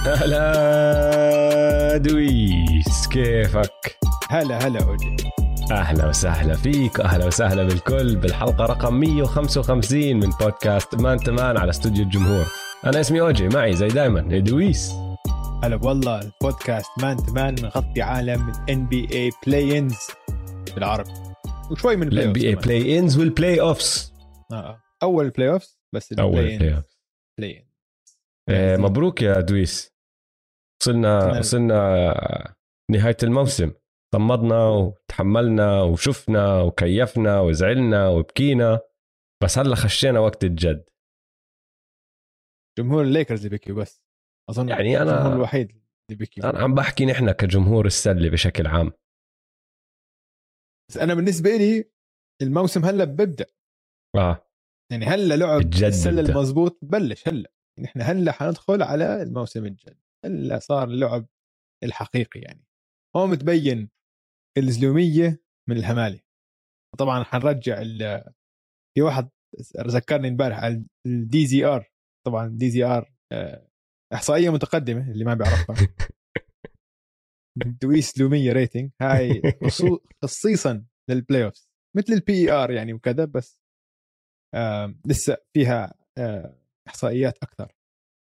هلا دويس، كيفك؟ هلا أوجي. أهلا وسهلا فيك، أهلا وسهلا بالكل بالحلقة رقم 155 من بودكاست مان تمان على استوديو الجمهور. أنا اسمي أوجي، معي زي دايما دويس. هلا والله، البودكاست مان تمان نغطي عالم ال NBA Play-ins بالعربي وشوي من ال NBA Play-ins والبلاي أوفس. أول بلاي أوفس بس أول بلاي مبروك يا دويس، وصلنا نهاية الموسم. صمدنا وتحملنا وشفنا وكيفنا وزعلنا وبكينا، بس هلا خشينا وقت الجد. جمهور الليكرز اللي بكي، بس أظن يعني أنا الجمهور الوحيد اللي بكي. أنا عم بحكي نحن كجمهور السلة بشكل عام. بس أنا بالنسبة لي الموسم هلا ببدأ. يعني هلا لعب السلة المضبوط بلش هلا. نحن هلا حندخل على الموسم الجد، هلا صار اللعب الحقيقي. يعني هو متبين الزلومية من الهمالة. طبعا حنرجع في واحد ذكرني امبارح على الدي زي ار. طبعا دي زي ار احصائيه متقدمه اللي ما بيعرفها. دويس زلوميه ريتنج هاي خصيصا للبلاي اوفز، مثل البي ار يعني وكذا، بس لسه فيها احصائيات اكثر.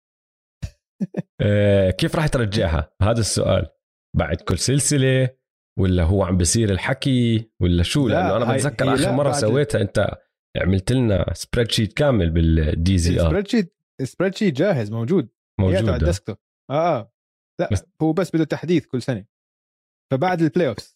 كيف راح ترجعها؟ هذا السؤال. بعد كل سلسله ولا هو عم بيصير الحكي ولا شو؟ لانه انا بتذكر اخر مره سويتها انت عملت لنا سبريد شيت كامل بالدي زي ار. سبريد شيت جاهز موجود على الديسكتوب. لا هو بس بده تحديث كل سنه. فبعد البلاي اوفز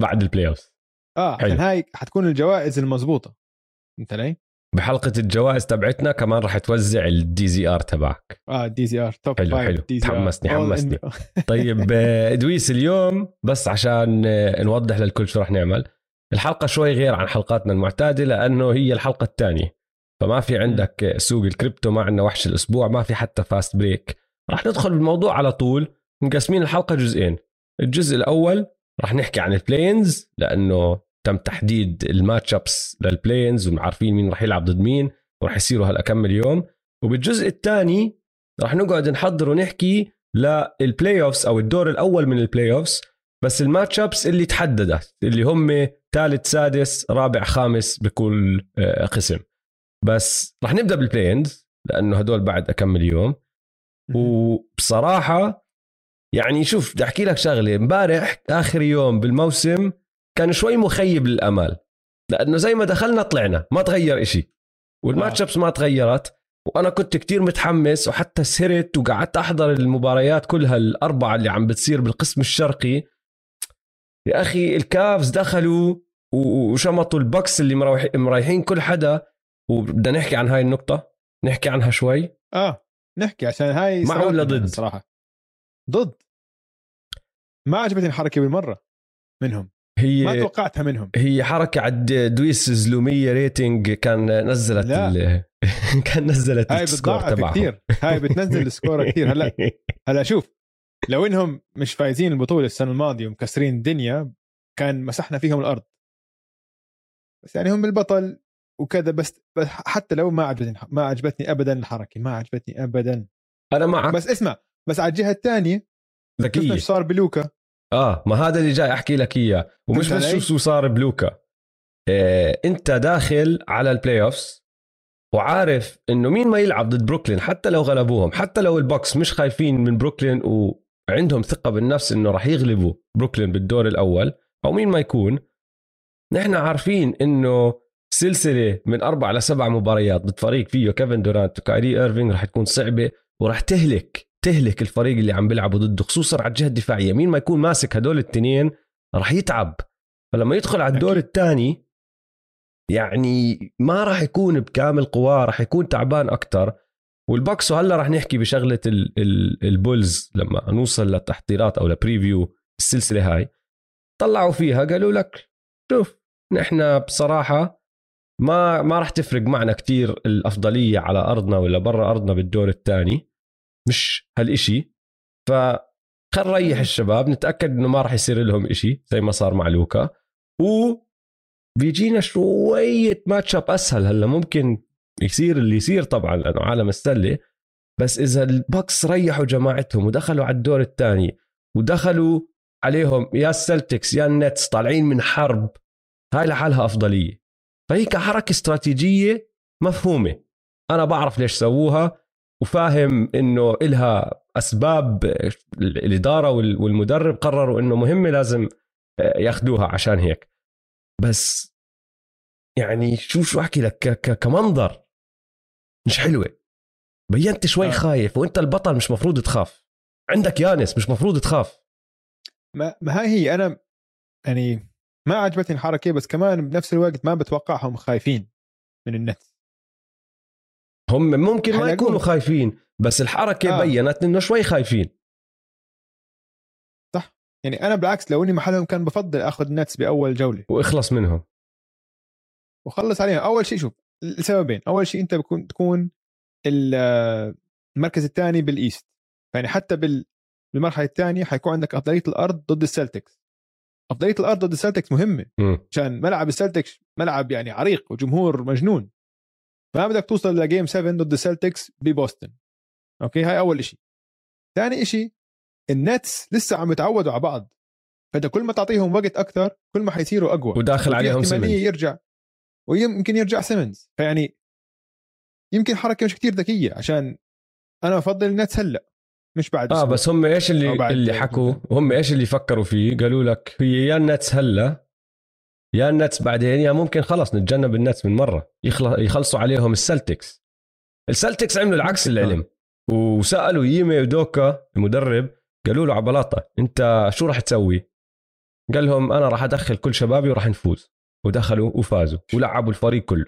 عشان هاي حتكون الجوائز المضبوطه. انت لي بحلقه الجوائز تبعتنا كمان راح توزع الدي زي ار تبعك. دي زي ار توب. حلو. تحمسني. طيب دويس، اليوم بس عشان نوضح للكل شو راح نعمل. الحلقه شوي غير عن حلقاتنا المعتاده، لانه هي الحلقه الثانيه، فما في عندك سوق الكريبتو، ما عندنا وحش الاسبوع، ما في حتى فاست بريك. راح ندخل بالموضوع على طول. مقسمين الحلقه جزئين. الجزء الاول راح نحكي عن البلاينز، لانه تم تحديد الماتش ابس للبلاينز وعارفين مين راح يلعب ضد مين وراح يصيروا هالأكم اليوم. وبالجزء الثاني راح نقعد نحضر ونحكي للبلاي اوفز او الدور الاول من البلاي اوفز، بس الماتش ابس اللي تحددت اللي هم ثالث سادس رابع خامس بكل قسم. بس راح نبدا بالبلاينز لانه هدول بعد أكم اليوم. وبصراحه يعني شوف، بدي احكي لك شغله. امبارح اخر يوم بالموسم كان شوي مخيب للامال، لانه زي ما دخلنا طلعنا، ما تغير إشي، والماتش ابس ما تغيرت. وانا كنت كتير متحمس، وحتى سهرت وقعدت احضر المباريات كلها الاربعه اللي عم بتصير بالقسم الشرقي. يا اخي الكافز دخلوا وشمطوا البوكس اللي مريحين كل حدا. وبدنا نحكي عن هاي النقطه، نحكي عنها شوي. نحكي عشان هاي مع ولا ضد؟ صراحه ضد. ما عجبتني الحركه بالمره منهم، ما توقعتها منهم. هي حركه عد دويس زلوميه ريتنج كان نزلت كان نزلت السكور تبعهم كتير. هاي بتنزل السكور كتير. هلا شوف، لو انهم مش فايزين البطوله السنه الماضيه ومكسرين الدنيا كان مسحنا فيهم الارض. بس يعني هم البطل وكذا. بس حتى لو ما عجبتني ابدا الحركه، ما عجبتني ابدا. انا معك، بس اسمع، بس على الجهه الثانيه ذكيه ايش صار بلوكا. ما هذا اللي جاي احكي لك اياه. ومش بس شو صار بلوكا. انت داخل على البلاي اوفز وعارف انه مين ما يلعب ضد بروكلين، حتى لو غلبوهم، حتى لو البوكس مش خايفين من بروكلين وعندهم ثقة بالنفس انه راح يغلبوا بروكلين بالدور الاول او مين ما يكون، نحن عارفين انه سلسلة من 4 ل7 مباريات ضد فريق فيه كيفن دورانت وكايري إيرفينغ راح تكون صعبة، وراح تهلك الفريق اللي عم بيلعبوا ضده، خصوصا على الجهة الدفاعية. مين ما يكون ماسك هدول التنين راح يتعب. فلما يدخل على الدور الثاني يعني ما راح يكون بكامل قواه، راح يكون تعبان أكتر. والبوكس، وهلا راح نحكي بشغلة البولز لما نوصل للتحضيرات أو لبريفيو السلسلة هاي، طلعوا فيها قالوا لك شوف، نحن بصراحة ما راح تفرق معنا كتير الأفضلية على أرضنا ولا برا أرضنا بالدور الثاني، مش هالإشي. فخل نريح الشباب، نتأكد إنه ما راح يصير لهم إشي زي ما صار مع لوكا، وبيجينا شوية ماتش اب أسهل. هلا ممكن يصير اللي يصير طبعا لأنه عالم السلة، بس إذا البوكس ريحوا جماعتهم ودخلوا على الدور الثاني ودخلوا عليهم يا السلتكس يا النتس طالعين من حرب، هاي لحالها أفضلية. فهي كحركة استراتيجية مفهومة، أنا بعرف ليش سووها وفاهم إنه إلها أسباب. الإدارة والمدرب قرروا إنه مهمة لازم ياخدوها عشان هيك. بس يعني شو أحكي لك كمنظر مش حلوة. بينت شوي خايف، وانت البطل مش مفروض تخاف. عندك يانس مش مفروض تخاف. ما هاي هي. انا يعني ما عجبتني الحركه، بس كمان بنفس الوقت ما بتوقعهم خايفين من النتس. هم ممكن ما يكونوا خايفين، بس الحركه بينت انه شوي خايفين. صح. يعني انا بالعكس لو اني محلهم كان بفضل اخذ النتس باول جوله واخلص منهم وخلص عليهم. اول شيء شوف السببين. اول شيء انت تكون المركز الثاني بالايست، يعني حتى بالمرحله الثانيه حيكون عندك افضليه الارض ضد السلتكس. افضليه الارض ضد السلتكس مهمه عشان ملعب السلتكس ملعب يعني عريق وجمهور مجنون. ما بدك توصل لجيم 7 ضد السلتكس ببوسطن. اوكي هاي اول شيء. ثاني شيء النتس لسه عم يتعودوا على بعض، فانت كل ما تعطيهم وقت اكثر كل ما حيصيروا اقوى، وداخل عليهم سيمنز يرجع ويمكن يرجع سيمنز. فيعني يمكن حركه مش كتير ذكيه، عشان انا بفضل النتس هلا مش بعد أسبوع. بس هم ايش اللي حكوا، هم ايش اللي فكروا فيه؟ قالوا لك هي يا النتس هلا يا النتس بعدين، يا ممكن خلص نتجنب النتس من مره يخلصوا عليهم السلتكس. السلتكس عملوا العكس العلم وسالوا ييمي ودوكا المدرب، قالوا له عبلاطه انت شو راح تسوي؟ قال لهم انا راح ادخل كل شبابي وراح نفوز. ودخلوا وفازوا ولعبوا الفريق كله.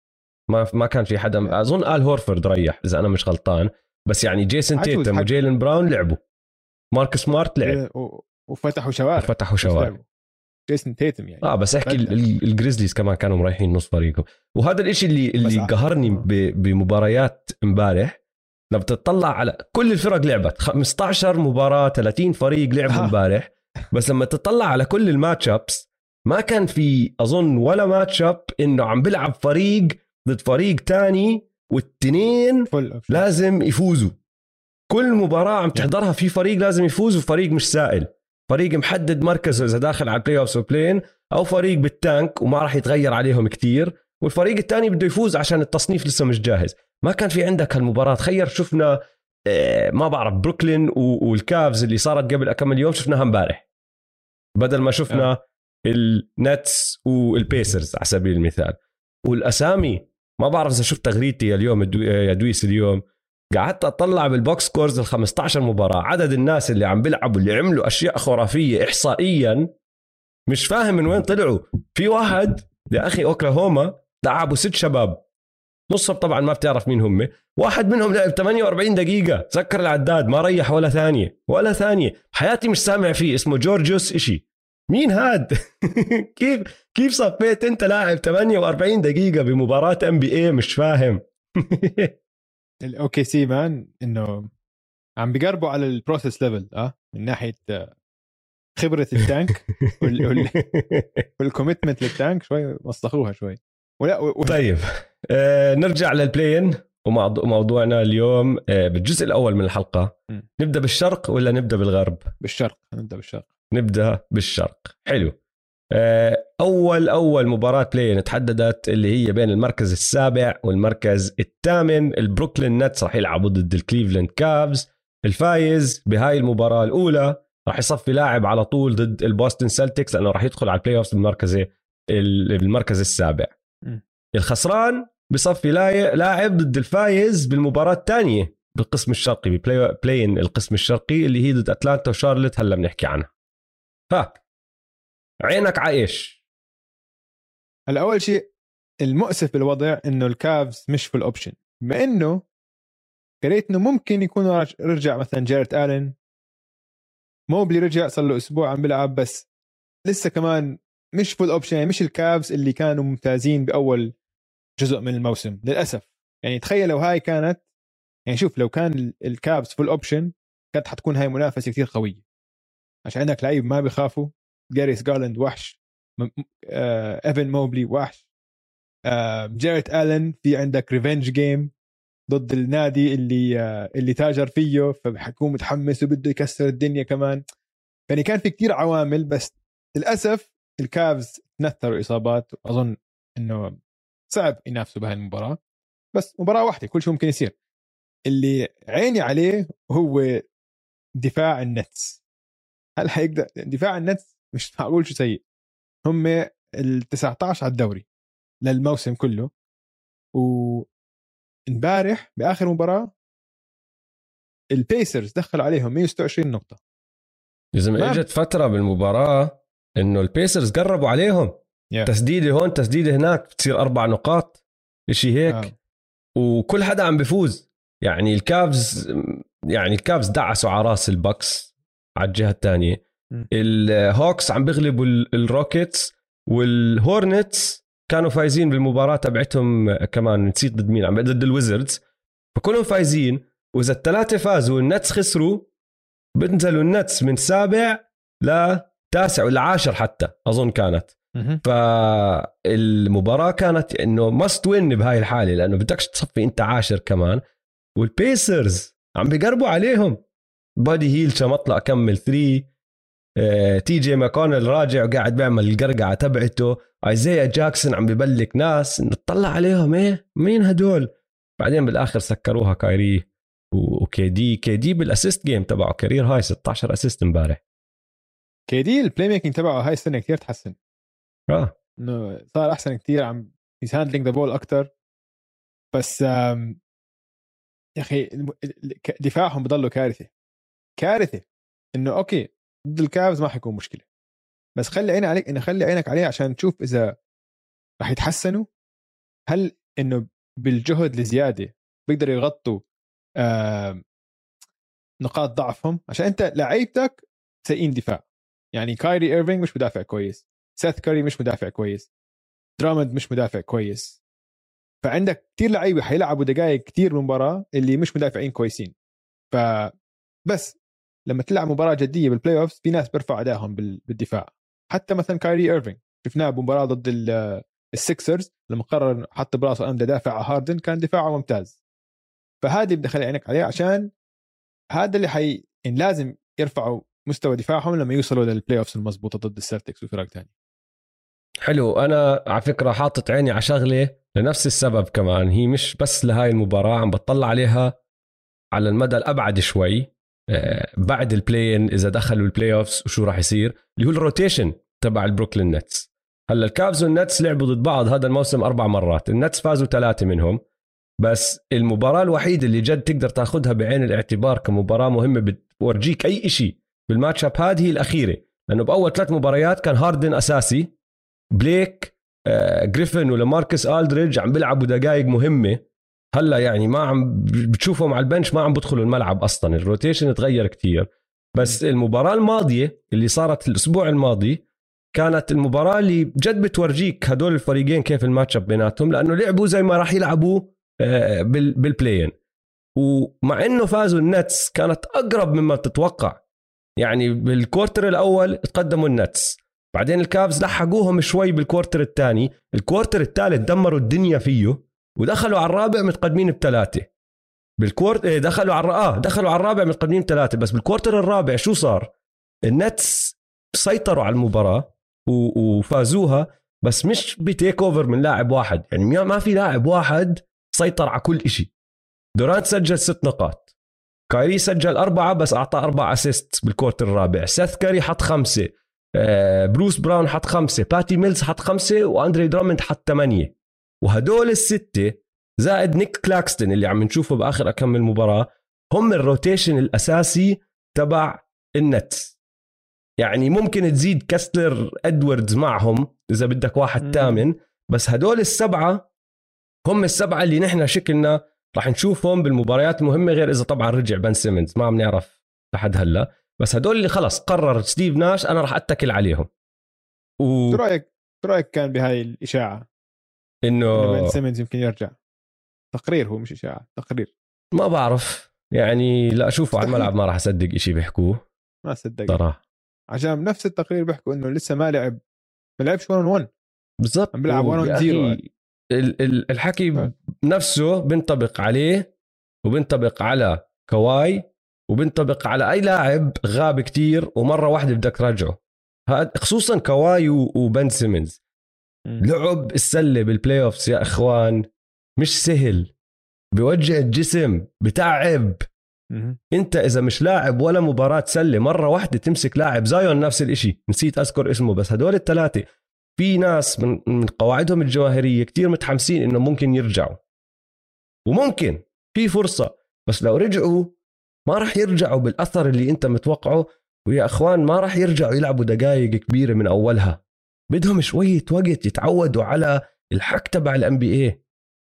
ما كان في حدا، اظن آل هورفورد ريح اذا انا مش غلطان، بس يعني جيسون تيتم وجيلن براون لعبوا، مارك سمارت لعب وفتحوا شوارع جيسون تيتم يعني. بس احكي الجريزليز كمان كانوا مريحين نص فريقهم. وهذا الاشي اللي قهرني بمباريات امبارح. لما تطلع على كل الفرق لعبت 15 مباراة 30 فريق لعبوا امبارح، بس لما تطلع على كل الماتش ابس ما كان في اظن ولا ماتش اب انه عم بلعب فريق ضد فريق تاني والتنين لازم يفوزوا. كل مباراة عم تحضرها في فريق لازم يفوز وفريق مش سائل، فريق محدد مركزه إذا داخل على البلاي أوفس وبلين، أو فريق بالتانك وما راح يتغير عليهم كتير، والفريق الثاني بده يفوز عشان التصنيف لسه مش جاهز. ما كان في عندك هالمباراة. تخير شفنا ما بعرف بروكلين والكافز اللي صارت قبل كم يوم شفناها امبارح، بدل ما شفنا النتس والبيسرز على سبيل المثال. والأسامي ما بعرف إذا شفت تغريدتي اليوم يا دويس، اليوم قعدت أطلع بالبوكس كورز 15 مباراة، عدد الناس اللي عم بيلعبوا اللي عملوا أشياء خرافية إحصائيا مش فاهم من وين طلعوا. في واحد يا أخي أوكلاهوما لعبوا 6 شباب نصهم طبعا ما بتعرف مين هم، واحد منهم لعب 48 دقيقة سكر العداد ما ريح ولا ثانية حياتي مش سامع فيه، اسمه جورجيوس إشي. مين هاد؟ كيف صفيت انت لاعب 48 دقيقة بمباراة NBA؟ مش فاهم. الاوكي سي مان انه عم بيقربوا على البروسيس ليفل من ناحية خبرة التانك والكوميتمنت للتانك شوي وسخوها شوي. طيب نرجع للبلاين وموضوعنا اليوم بالجزء الأول من الحلقة. نبدأ بالشرق ولا نبدأ بالغرب؟ بالشرق. نبدأ بالشرق. حلو. أول مباراة بلاين تحددت اللي هي بين المركز السابع والمركز الثامن. البروكلين نتس راح يلعبوا ضد الكليفلاند كافز. الفايز بهاي المباراة الأولى راح يصفي لاعب على طول ضد البوستن سلتكس لأنه راح يدخل على البلاي أوفس بالمركز السابع. الخسران بصفي لاعب ضد الفايز بالمباراة الثانية بالقسم الشرقي بلاين القسم الشرقي اللي هي ضد أتلانتا وشارلت هلا بنحكي عنها. عينك عايش. الأول شيء المؤسف بالوضع إنه الكافز مش في الأوبشن، بما إنه قريت إنه ممكن يكون رجع مثلا جاريت آلن، موبلي رجع صار له أسبوع عم بلعب، بس لسه كمان مش في الأوبشن. يعني مش الكافز اللي كانوا ممتازين بأول جزء من الموسم للأسف. يعني تخيل لو هاي كانت، يعني شوف لو كان الكافز في الأوبشن كانت حتكون هاي منافسة كتير قوية، عشان عندك لعيب ما بيخافوا. جاريس جارلاند وحش، ايفن موبلي وحش، جاريت آلن في عندك ريفنج جيم، ضد النادي اللي تاجر فيه، فبحكون متحمس وبده يكسر الدنيا كمان. يعني كان في كتير عوامل، بس للأسف الكافز تنثروا إصابات، وأظن إنه صعب ينافسوا بهاي المباراة. بس مباراة واحدة كل شيء ممكن يصير. اللي عيني عليه هو دفاع النتس. هل حيقدر؟ دفاع النتس مش معقول شو سيء. هم ال19 على الدوري للموسم كله، وامبارح بآخر مباراة البيسرز دخلوا عليهم 126 نقطة. إذا اجت فترة بالمباراة إنه البيسرز قربوا عليهم تسديدة هون تسديدة هناك بتصير 4 نقاط إشي هيك وكل حدا عم بفوز. يعني الكافز دعسوا على راس البكس على الجهة الثانية. الهوكس عم بيغلبوا الروكيتس، والهورنتس كانوا فايزين بالمباراة تبعتهم كمان، نسيت ضد مين، ضد الويزردز، فكلهم فايزين. وإذا الثلاثة فازوا والنتس خسروا بنزلوا النتس من 7 ل9 ولا 10 حتى أظن كانت. فالمباراة كانت إنه ماست وين بهاي الحالة، لأنه بدكش تصفي أنت 10 كمان. والبيسرز عم بيقربوا عليهم. بادي هيل شمطلع كمل 3. تي جي ماكونل راجع وقاعد بيعمل القرقعة تبعته. ايزايا جاكسون عم ببلك ناس انه تطلع عليهم ايه مين هدول. بعدين بالاخر سكروها كايري وكي دي بالاسيست جيم تبعه كارير هاي 16 اسيست امبارح. كي دي البلاي ميكينج تبعه هاي السنه كتير تحسن. انه صار احسن كتير، عم هيز هاندلينج ذا بول اكتر. بس يا اخي دفاعهم بضلوا كارثه. انه اوكي ضد الكافز ما حيكون مشكله، بس خلي عينك عليه عشان تشوف اذا راح يتحسنوا. هل انه بالجهد الزياده بيقدروا يغطوا نقاط ضعفهم؟ عشان انت لعيبتك سيئين دفاع. يعني كايري إيرفينج مش مدافع كويس، سيث كاري مش مدافع كويس، درامند مش مدافع كويس. فعندك كتير لعيبه حيلعبوا دقائق كتير من مباراه اللي مش مدافعين كويسين. فبس لما تلعب مباراه جديه بالبلاي اوفز في ناس بيرفع ادائهم بالدفاع. حتى مثلا كايري إيرفينج شفناه بمباراه ضد السكسرز لما قرر حط براسه أمد دافع على هاردن، كان دفاعه ممتاز. فهذه بدي اخلي عينك عليه، عشان هذا اللي إن لازم يرفعوا مستوى دفاعهم لما يوصلوا للبلاي اوفز المضبوطه ضد السلتكس وفرق تاني. حلو. انا على فكره حاطط عيني على شغله لنفس السبب كمان، هي مش بس لهاي المباراه، عم بطلع عليها على المدى الابعد شوي بعد البلاين اذا دخلوا البلاي اوفز وشو راح يصير، اللي هو الروتيشن تبع البروكلين نتس. هلا الكافز والنتس لعبوا ضد بعض هذا الموسم 4 مرات، النتس فازوا 3 منهم. بس المباراة الوحيدة اللي جد تقدر تاخدها بعين الاعتبار كمباراة مهمة بتورجيك أي إشي بالماتش اب هذه الأخيرة، لأنه بأول 3 مباريات كان هاردن أساسي، بليك جريفن ولماركس آلدريدج عم بيلعبوا دقائق مهمة. هلا يعني ما عم بتشوفهم على البنش، ما عم بدخلوا الملعب أصلا، الروتيشن تغير كتير. بس المباراة الماضية اللي صارت الأسبوع الماضي كانت المباراة اللي جد بتورجيك هدول الفريقين كيف الماتش اب بيناتهم، لأنه لعبوا زي ما راح يلعبوا بالبلاين. ومع انه فازوا النتس كانت اقرب مما تتوقع. يعني بالكوارتر الاول تقدموا النتس، بعدين الكافز لحقوهم شوي بالكوارتر الثاني، الكوارتر الثالث دمروا الدنيا فيه ودخلوا على الرابع متقدمين ب3 بالكوارتر. دخلوا على الرابع متقدمين ب3، بس بالكوارتر الرابع شو صار؟ النتس سيطروا على المباراة وفازوها، بس مش بتيك اوفر من لاعب واحد. يعني ما في لاعب واحد سيطر على كل إشي. دورانت سجل 6 نقاط، كايري سجل 4 بس أعطى 4 أسيست بالكورتر الرابع، سيث كاري حط 5، بروس براون حط 5، باتي ميلز حط 5، وأندري درامند حط 8. وهدول ال6 زائد نيك كلاكستن اللي عم نشوفه بآخر أكمل مباراة هم الروتيشن الأساسي تبع النتس. يعني ممكن تزيد كاستلر إدواردز معهم إذا بدك واحد ثامن، بس هدول ال7 هم ال7 اللي نحن شكلنا راح نشوفهم بالمباريات المهمة، غير إذا طبعا رجع بن سيمنز ما عم نعرف لحد هلا. بس هدول اللي خلص قرر ستيف ناش أنا راح أتكل عليهم. شو رأيك كان بهاي الإشاعة إنه بن سيمنز يمكن يرجع؟ تقرير، هو مش إشاعة، تقرير. ما بعرف يعني، لا أشوفه على الملعب ما راح أصدق إشي بيحكوه، ما صدق صراحة. عشان نفس التقرير بيحكوا إنه لسه ما لعبش 1-on-1 بالضبط، عم بيلعب 1-on-0. الحكي نفسه بنطبق عليه وبنطبق على كواي وبنطبق على اي لاعب غاب كتير ومره واحده بدك ترجعه. خصوصا كواي وبن سيمنز. لعب السله بالبلاي اوفس يا اخوان مش سهل، بوجع الجسم، بتعب. انت اذا مش لاعب ولا مباراة سلة مرة واحدة تمسك لاعب زايون نفس الاشي، نسيت اذكر اسمه، بس هدول الثلاثة في ناس من قواعدهم الجماهيرية كتير متحمسين انه ممكن يرجعوا، وممكن في فرصة، بس لو رجعوا ما راح يرجعوا بالاثر اللي انت متوقعه. ويا اخوان ما راح يرجعوا يلعبوا دقائق كبيرة من اولها، بدهم شوية وقت يتعودوا على الحك تبع الام بي اي.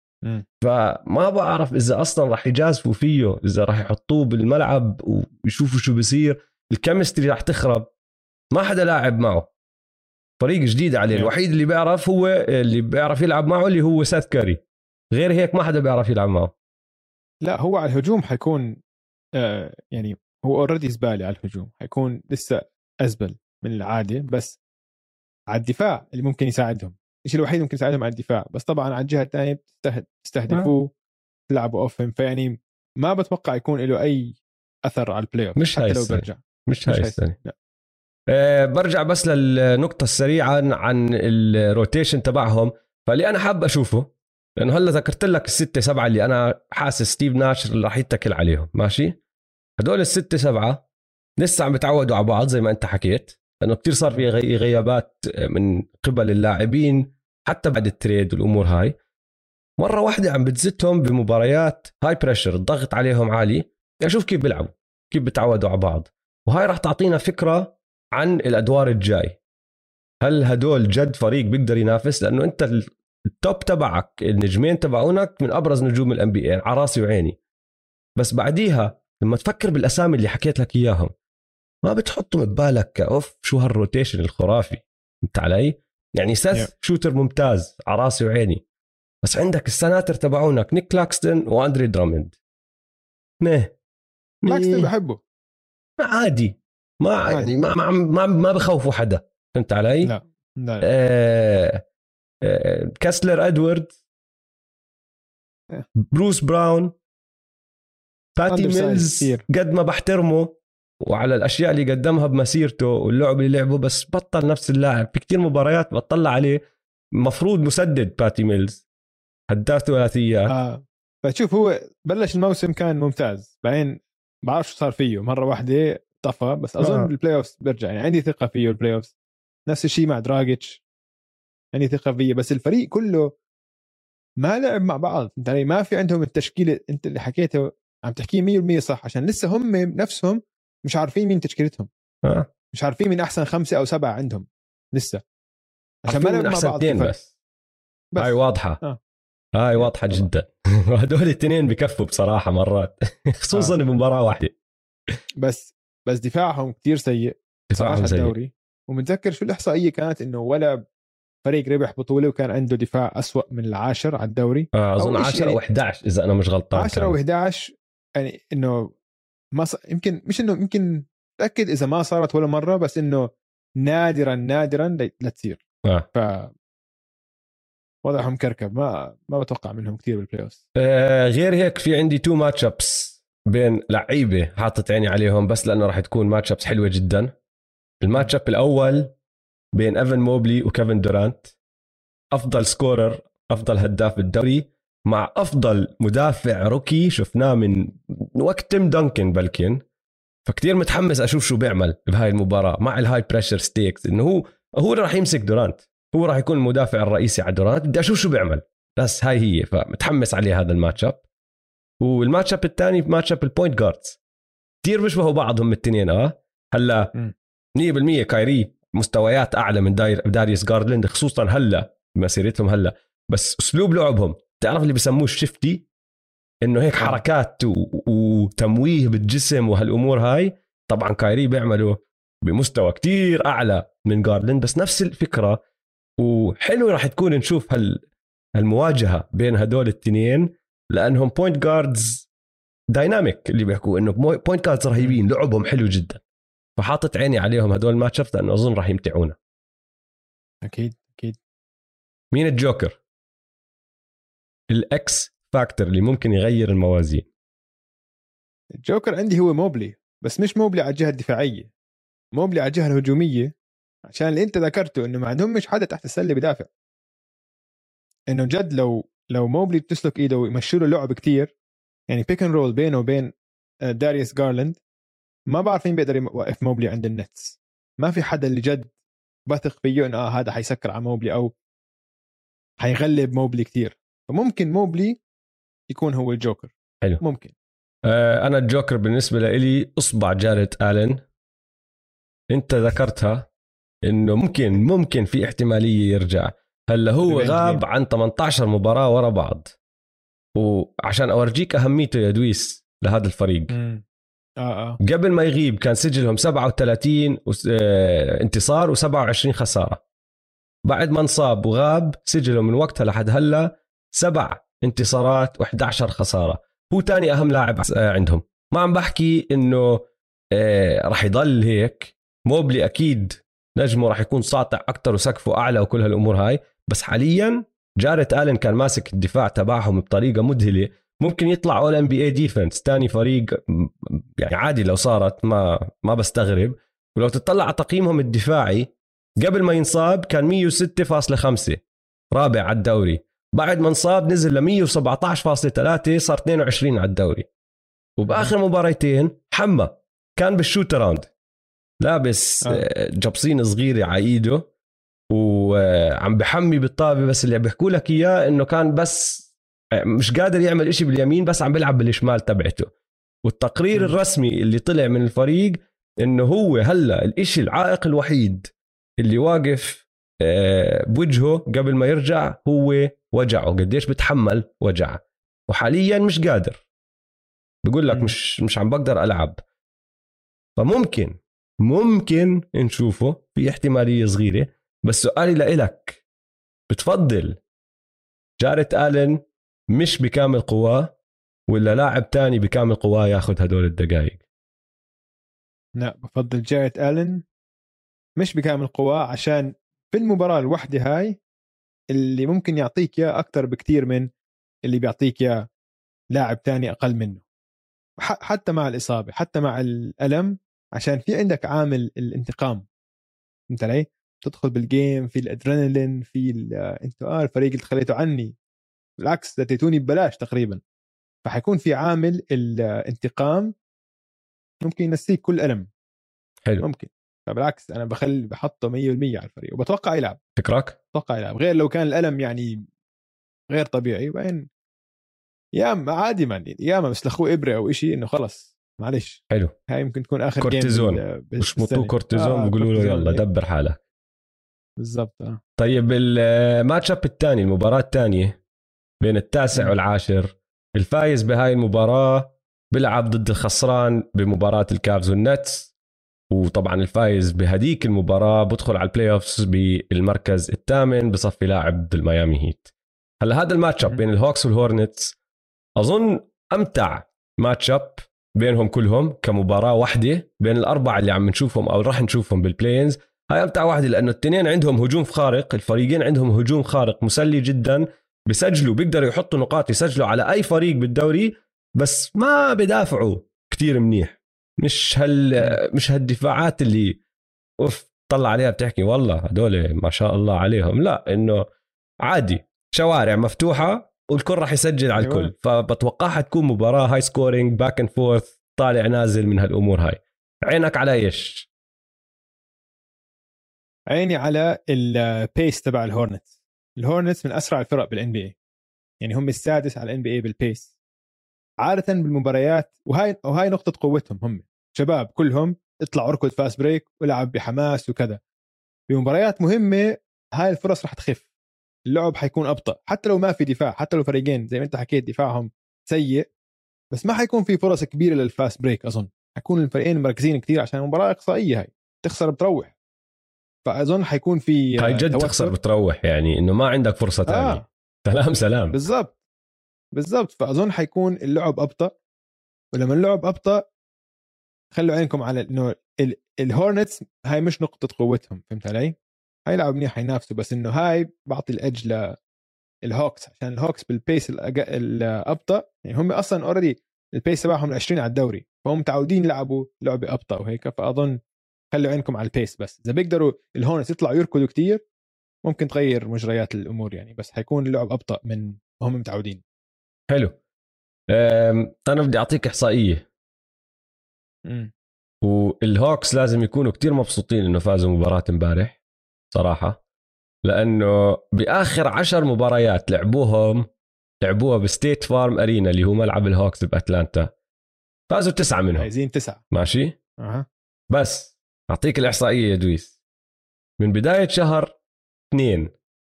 فما بعرف إذا أصلا راح يجازفوا فيه، إذا راح يحطوه بالملعب ويشوفوا شو بصير. الكيمستري راح تخرب، ما حدا لاعب معه، فريق جديد عليه. الوحيد اللي بيعرف هو اللي بيعرف يلعب معه اللي هو سيث كاري، غير هيك ما حدا بيعرف يلعب معه. لا هو على الهجوم حيكون يعني هو اوريدي زبالة على الهجوم، حيكون لسه أزبل من العادة، بس على الدفاع اللي ممكن يساعدهم، الشيء الوحيد ممكن يساعدهم على الدفاع. بس طبعا على الجهة الثانية تستهدفوه تلعبوا اوفهم، فيعني ما بتوقع يكون له اي اثر على البلاي اوف مش حتى لو برجع. مش هاي السنة. برجع بس للنقطة السريعة عن الروتيشن تبعهم. فاللي أنا حاب أشوفه، لأنه هلا ذكرت لك 6-7 اللي أنا حاسس ستيف ناش راح يتكل عليهم، ماشي. هدول 6-7 لسه عم بتعودوا على بعض زي ما أنت حكيت، لأنه كتير صار في غيابات من قبل اللاعبين حتى بعد التريد والأمور هاي. مرة واحدة عم بتزتهم بمباريات هاي بريشر، الضغط عليهم عالي، أشوف كيف بيلعبوا، كيف بتعودوا على بعض. وهاي راح تعطينا فكرة عن الأدوار الجاي، هل هدول جد فريق بيقدر ينافس؟ لأنه أنت التوب تبعك، النجمين تبعونك من أبرز نجوم الان بي اي على راسي وعيني، بس بعديها لما تفكر بالأسامي اللي حكيت لك إياهم ما بتحطهم ببالك أوف شو هالروتيشن الخرافي. انت علي؟ يعني سيث شوتر ممتاز على راسي وعيني، بس عندك السناتر تبعونك نيك كلاكستون واندري درامند. كلاكستون بحبه عادي، ما عادي. يعني ما بخوفوا حدا، فهمت علي؟ لا. كاسلر ادوارد، بروس براون، باتي ميلز، قد ما بحترمه وعلى الاشياء اللي قدمها بمسيرته واللعب اللي لعبه، بس بطل نفس اللاعب. في كتير مباريات بطلع عليه مفروض مسدد باتي ميلز، هداف ثلاثيات. فتشوف هو بلش الموسم كان ممتاز، بعدين بعرف شو صار فيه، مرة واحدة طفى. بس أظن بالبلاي أوفس بيرجع، يعني عندي ثقة فيه البلاي أوفس. نفس الشيء مع دراجيتش، عندي ثقة فيه. بس الفريق كله ما لعب مع بعض، انت ما في عندهم التشكيلة انت اللي حكيته عم تحكيه 100% صح، عشان لسه هم نفسهم مش عارفين مين تشكيلتهم. مش عارفين مين أحسن 5 أو 7 عندهم لسه، عشان ما لعب مع بعض بس هاي واضحة. هاي واضحة جدا. وهدول الاثنين بكفوا بصراحة مرات خصوصا بمباراة واحدة. بس دفاعهم كتير سيء دفاعهم سيء. الدوري. ومتذكر شو الإحصائية كانت، إنه ولا فريق ربح بطولة وكان عنده دفاع أسوأ من العاشر على الدوري. أظن 10 أو 11 إذا أنا مش غلطان. 10 أو 11 يعني إنه ما يمكن مش إنه يمكن تأكد إذا ما صارت ولا مرة، بس إنه نادرا لا تصير. ف وضعهم كركب، ما بتوقع منهم كتير بالبلاي اوف. غير هيك في عندي 2 ماتش ابس بين لعيبه حاطط عيني عليهم، بس لانه راح تكون ماتش ابس حلوه جدا. الماتش اب الاول بين ايفن موبلي وكيفن دورانت، افضل سكورر، افضل هداف بالدوري، مع افضل مدافع روكي شفناه من وقت تيم دانكن بلكن. فكتير متحمس اشوف شو بيعمل بهاي المباراه مع الهاي بريشر ستيكس، انه هو راح يمسك دورانت، هو راح يكون المدافع الرئيسي على دورانت. بدي اشوف شو بيعمل، بس هاي هي. فمتحمس عليه هذا الماتش اب. والماتش اب الثاني ماتش اب البوينت جاردز، كتير بيشبهوا بعضهم الاثنين. هلا 100% كايري مستويات اعلى من داريوس جاردلاند، خصوصا هلا مسيرتهم هلا، بس اسلوب لعبهم تعرف اللي بسموه الشفتي، انه هيك حركات وتمويه بالجسم وهالامور هاي. طبعا كايري بيعملوا بمستوى كتير اعلى من جاردلاند، بس نفس الفكره. وحلو راح تكون نشوف هالمواجهه بين هدول الاثنين، لانهم بوينت جاردز دايناميك، اللي بيحكوا انه بوينت جاردز رهيبين، لعبهم حلو جدا. فحاطط عيني عليهم هدول الماتش اب، لانه اظن راح يمتعونا. اكيد. مين الجوكر، الاكس فاكتور اللي ممكن يغير الموازين؟ الجوكر عندي هو موبلي، بس مش موبلي على الجهه الدفاعيه، موبلي على الجهه الهجوميه، عشان اللي انت ذكرته انه ما عندهم مش حدا تحت السله بدافع. انه جد لو موبلي بتسلك ايده ويمشوا له لعب كتير، يعني بيك اند رول بينه وبين داريوس جارلاند، ما بعرف مين بيقدر يوقف موبلي عند النتس. ما في حدا اللي جد بثق فيه انه هذا حيسكر على موبلي او حيغلب موبلي كتير. فممكن موبلي يكون هو الجوكر. حلو. ممكن. انا الجوكر بالنسبه لي اصبع جاريت آلن. انت ذكرتها انه ممكن في احتماليه يرجع. هلا هو غاب عن 18 مباراه ورا بعض، وعشان اورجيك اهميته يا دويس لهذا الفريق. قبل ما يغيب كان سجلهم 37 انتصار و27 خساره. بعد ما انصاب وغاب سجلهم من وقتها لحد هلا 7 انتصارات و11 خساره. هو تاني اهم لاعب عندهم. ما عم بحكي انه راح يضل هيك. موبلي اكيد نجمه راح يكون ساطع اكتر وسقفه اعلى وكل هالامور هاي، بس حاليا جاريت آلن كان ماسك الدفاع تبعهم بطريقه مذهله. ممكن يطلع اول ام بي اي ديفنس تاني فريق، يعني عادي لو صارت ما بستغرب. ولو تطلع على تقييمهم الدفاعي قبل ما ينصاب كان 106.5 رابع على الدوري. بعد ما انصاب نزل ل 117.3 صار 22 على الدوري. وبآخر مباريتين حمى كان بالشوت راوند لابس جبصين صغيرة على ايده وعم بحمي بالطابة، بس اللي بيحكوا لك اياه انه كان بس مش قادر يعمل اشي باليمين، بس عم بيلعب بالشمال تبعته. والتقرير الرسمي اللي طلع من الفريق انه هو هلا الاشي العائق الوحيد اللي واقف بوجهه قبل ما يرجع هو وجعه، قديش بتحمل وجعه، وحاليا مش قادر. بقول لك مش عم بقدر ألعب. فممكن نشوفه، في احتمالية صغيرة. بس سؤالي لإلك، بتفضل جاريت آلن مش بكامل قواه ولا لاعب تاني بكامل قواه ياخد هدول الدقائق؟ لا، بفضل جاريت آلن مش بكامل قواه، عشان في المباراة الوحدة هاي اللي ممكن يعطيك يا أكتر بكتير من اللي بيعطيك يا لاعب تاني أقل منه، حتى مع الإصابة حتى مع الألم، عشان في عندك عامل الانتقام. فهمت علي؟ تدخل بالجيم في الادرينالين، في انتوا الفريق اللي خليته عني، بالعكس اديتوني ببلاش تقريبا. فحيكون في عامل الانتقام ممكن ينسيك كل ألم. حلو. ممكن. فبالعكس انا بحطه 100% على الفريق، وبتوقع يلعب. اتوقع يلعب، غير لو كان الألم يعني غير طبيعي، وين يا عادي يعني يا ما بيسلخوه ابره او إشي انه خلص معلش. حلو. هاي يمكن تكون اخر كورتيزون، مش مطو كورتيزون بيقولوا له يلا دبر حالك. بالضبط. طيب الماتش اب الثاني، المباراة الثانية بين التاسع والعاشر، الفايز بهاي المباراة بيلعب ضد الخسران بمباراة الكافز والنتس، وطبعا الفايز بهديك المباراة بدخل على البلاي اوفز بالمركز الثامن بصفي لاعب ضد الميامي هيت. هلا هذا الماتش اب بين الهوكس والهورنتس اظن امتع ماتش اب بينهم كلهم كمباراة واحدة بين الأربعة اللي عم نشوفهم أو راح نشوفهم بالبلاينز. هاي أمتع واحدة لأنه التنين عندهم هجوم خارق، الفريقين عندهم هجوم خارق مسلي جدا، بيسجلوا بيقدروا يحطوا نقاط يسجلوا على أي فريق بالدوري، بس ما بدافعوا كتير منيح. مش هالدفاعات اللي طلع عليها بتحكي والله هدول ما شاء الله عليهم، لا، إنه عادي شوارع مفتوحة والكل راح يسجل على الكل. أيوة. فبتوقعها تكون مباراة هاي سكورينج باك اند فورث طالع نازل من هالأمور هاي. عينك على إيش؟ عيني على البيس تبع الهورنتس. الهورنتس من أسرع الفرق بالان بي اي، يعني هم السادس على الان بي اي بالبيس عادة بالمباريات، وهاي نقطة قوتهم. هم شباب كلهم اطلع اركض فاست بريك ولعب بحماس وكذا. بمباريات مهمة هاي الفرص رح تخف، اللعب حيكون أبطأ، حتى لو ما في دفاع، حتى لو فريقين زي ما انت حكيت دفاعهم سيء، بس ما حيكون في فرص كبيرة للفاست بريك. أظن حيكون الفريقين مركزين كتير عشان المباراة إقصائية، هاي تخسر بتروح. فأظن حيكون في هاي جد تخسر بتروح، يعني إنه ما عندك فرصة تانية. سلام. بالضبط. فأظن حيكون اللعب أبطأ، ولما اللعب أبطأ خلوا عينكم على إنه الهورنتس هاي مش نقطة قوتهم. فهمت علي؟ هاي لعب منيح ينافسوا، بس إنه هاي بعطي الأج للهوكس، عشان الهوكس بالبيس الأبطأ، يعني هم أصلا أوريدي البيس تبعهم 20 على الدوري، فهم متعودين يلعبوا لعبه ابطا وهيك. فاظن خلوا عينكم على البيس، بس اذا بيقدروا الهورنتس يطلعوا يركضوا كتير ممكن تغير مجريات الامور يعني، بس حيكون اللعب ابطا من هم متعودين. حلو. انا بدي اعطيك احصائيه. والهوكس لازم يكونوا كتير مبسوطين انه فازوا مباراه امبارح صراحه، لانه باخر 10 مباريات لعبوها بستيت فارم ارينا اللي هو ملعب الهوكس باتلانتا، فازوا 9 منهم. عايزين 9 ماشي. بس اعطيك الاحصائيه يا دويس. من بدايه شهر 2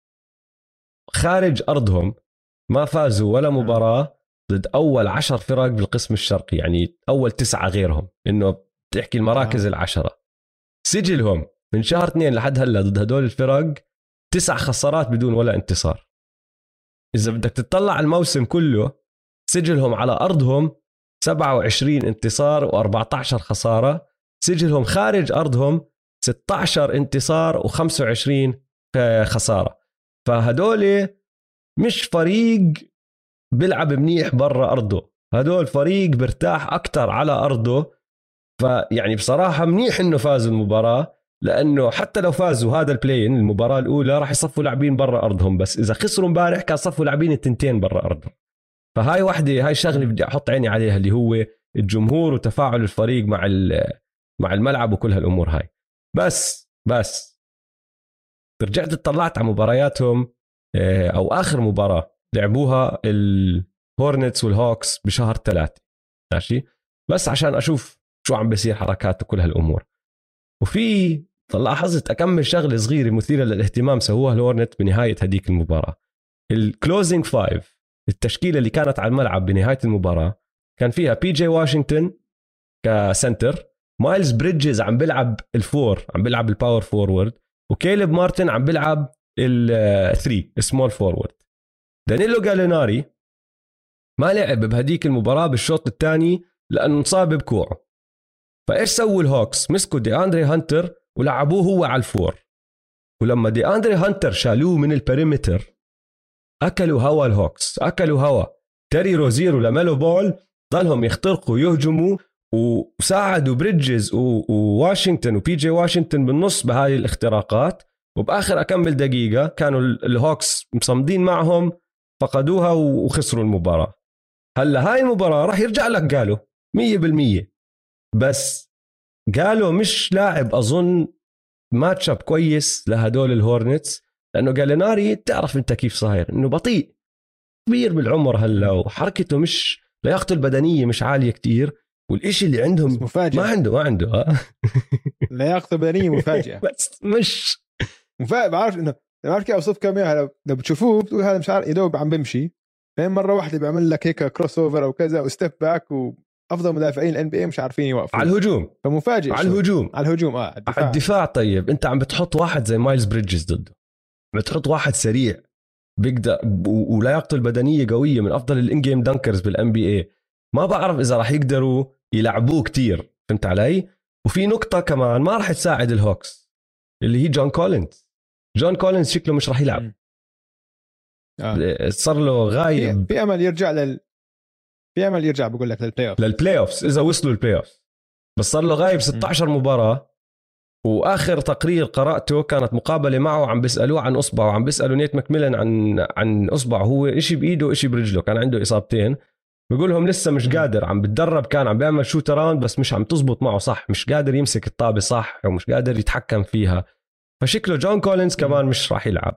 خارج ارضهم ما فازوا ولا مباراه ضد اول 10 فرق بالقسم الشرقي، يعني اول 9 غيرهم، انه تحكي المراكز 10. سجلهم من شهر 2 لحد هلا ضد هدول الفرق 9 خسارات بدون ولا انتصار. إذا بدك تطلع الموسم كله سجلهم على أرضهم 27 انتصار و14 خسارة، سجلهم خارج أرضهم 16 انتصار و25 خسارة. فهدول مش فريق بيلعب منيح برا أرضه، هدول فريق برتاح أكتر على أرضه. فيعني بصراحة منيح إنه فازوا المباراة، لأنه حتى لو فازوا هذا البلاين المباراة الأولى راح يصفوا لاعبين برا أرضهم، بس إذا خسروا امبارح كان صفوا لاعبين التنتين برا أرضهم. فهاي واحدة، هاي شغلة بدي أحط عيني عليها، اللي هو الجمهور وتفاعل الفريق مع الملعب وكل هالأمور هاي. بس رجعت اطلعت على مبارياتهم، أو آخر مباراة لعبوها الهورنتس والهوكس بشهر 3 ماشي، بس عشان أشوف شو عم بيصير حركات وكل هالأمور. وفي لاحظت أكمل شغلة صغيرة مثيرة للاهتمام سووها الهورنت بنهاية هديك المباراة. الكلوزنج 5، التشكيلة اللي كانت على الملعب بنهاية المباراة، كان فيها بي جي واشنطن كسنتر، مايلز بريدجز عم بيلعب الفور، عم بيلعب الباور فورورد، وكيلب مارتن عم بيلعب الثري سمول فورورد. دانيلو جاليناري ما لعب بهديك المباراة بالشوط الثاني لأنه انصاب بكوعه. فإيش سووا الهوكس؟ مسكوا دي أندري هانتر ولعبوه هو على الفور، ولما دي أندري هانتر شالوه من البريمتر أكلوا هوا الهوكس، أكلوا هوا. تيري روزير ولاميلو بول ضلهم يخترقوا يهجموا، وساعدوا بريدجز وواشنطن وبي جي واشنطن بالنص بهاي الاختراقات. وبآخر أكمل دقيقة كانوا الهوكس مصمدين معهم، فقدوها وخسروا المباراة. هلا هاي المباراة راح يرجع لك قالوا 100%، بس قالوا مش لاعب أظن ماتشاب كويس لهدول الهورنتس، لأنه جاليناري تعرف أنت كيف صاير، إنه بطيء كبير بالعمر هلا، وحركته مش لياقته البدنية مش عالية كتير، والإشي اللي عندهم مفاجئ. ما عنده لياقته البدنية مفاجئة بس مش مفاجئ. بعرف إنه ما أعرف كيف أوصفكم إياها، لو بتشوفوه بتقول هذا مش عارف يدوب عم بمشي، فين مرة واحدة بيعمل لك هيك كروس أوفر أو كذا وستيب باك، وأفضل مدافعين NBA مش عارفين يوقفوا على الهجوم. فمفاجئ على الهجوم على الدفاع. طيب أنت عم بتحط واحد زي مايلز بريدجز ضده، بتحط واحد سريع بيقدر ولياقته البدنية قوية، من أفضل الإن جيم دانكرز بالNBA. ما بعرف إذا راح يقدروا يلعبوه كتير، فهمت علي؟ وفي نقطة كمان ما راح تساعد الهوكس اللي هي جون كولينز شكله مش راح يلعب. صار له غايب. في أمل يرجع بقول لك للبلاي أوفs إذا وصلوا البلاي أوفs، بس صار له غايب 16 مباراة. واخر تقرير قراته كانت مقابله معه عم بيسالوه عن اصبعه، وعم بيسالوا نيت ماكميلن عن اصبعه، هو إشي بايده إشي برجله، كان عنده اصابتين. بيقولهم لسه مش قادر، عم بتدرب، كان عم بيعمل شوت اراوند بس مش عم تزبط معه صح، مش قادر يمسك الطابه صح ومش قادر يتحكم فيها. فشكله جون كولينز كمان مش راح يلعب.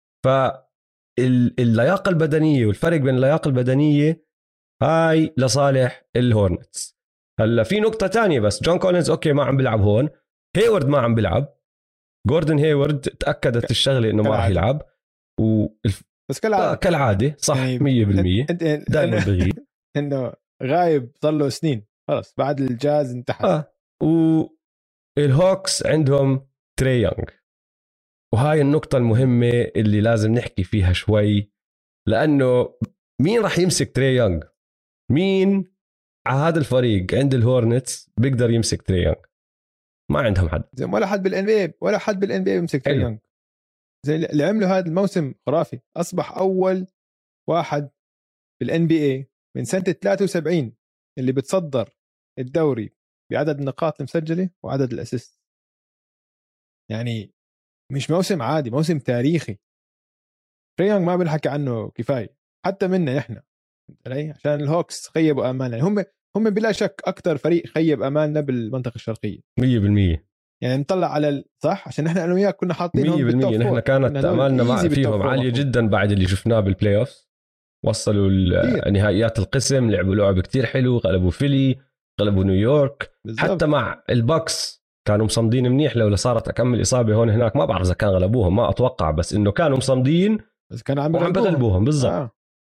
فاللياقه البدنيه والفرق بين اللياقه البدنيه هاي لصالح الهورنتس. هلا في نقطه تانية، بس جون كولينز اوكي ما عم بيلعب هون، هيورد ما عم بيلعب، جوردن هيورد تأكدت الشغلة إنه ما راح يلعب، بس كالعادة صح 100% دائما بغيب إنه غايب صار له سنين، خلص بعد الجاز انتحر. والهوكس عندهم تري يونغ، وهاي النقطة المهمة اللي لازم نحكي فيها شوي، لأنه مين راح يمسك تري يونغ؟ مين على هذا الفريق عند الهورنتس بيقدر يمسك تري يونغ؟ ما عندهم حد، زي ولا حد بالNBA بيمسك تري يونغ. زي اللي عمله هذا الموسم خرافي، أصبح أول واحد بالNBA من سنة 73 اللي بتصدر الدوري بعدد النقاط المسجله وعدد الاسيست. يعني مش موسم عادي، موسم تاريخي. تري يونغ ما بنحكي عنه كفايه حتى منا احنا علي، عشان الهوكس خيبوا امالنا. يعني هم بلا شك اكثر فريق خيب امالنا بالمنطقه الشرقيه 100%. يعني نطلع على صح، عشان احنا انا وياك كنا حاطينهم 100%. نحن كانت امالنا مع فيهم عاليه جدا بعد اللي شفناه بالبلاي اوف. وصلوا نهائيات القسم، لعبوا لعب كتير حلو، غلبوا فيلي، غلبوا نيويورك بالزبط. حتى مع الباكس كانوا مصمدين منيح. لو صارت اكمل اصابه هون هناك ما بعرف اذا كان غلبوهم، ما اتوقع، بس انه كانوا مصمدين، بس كانوا عم بغلبوهم بالضبط.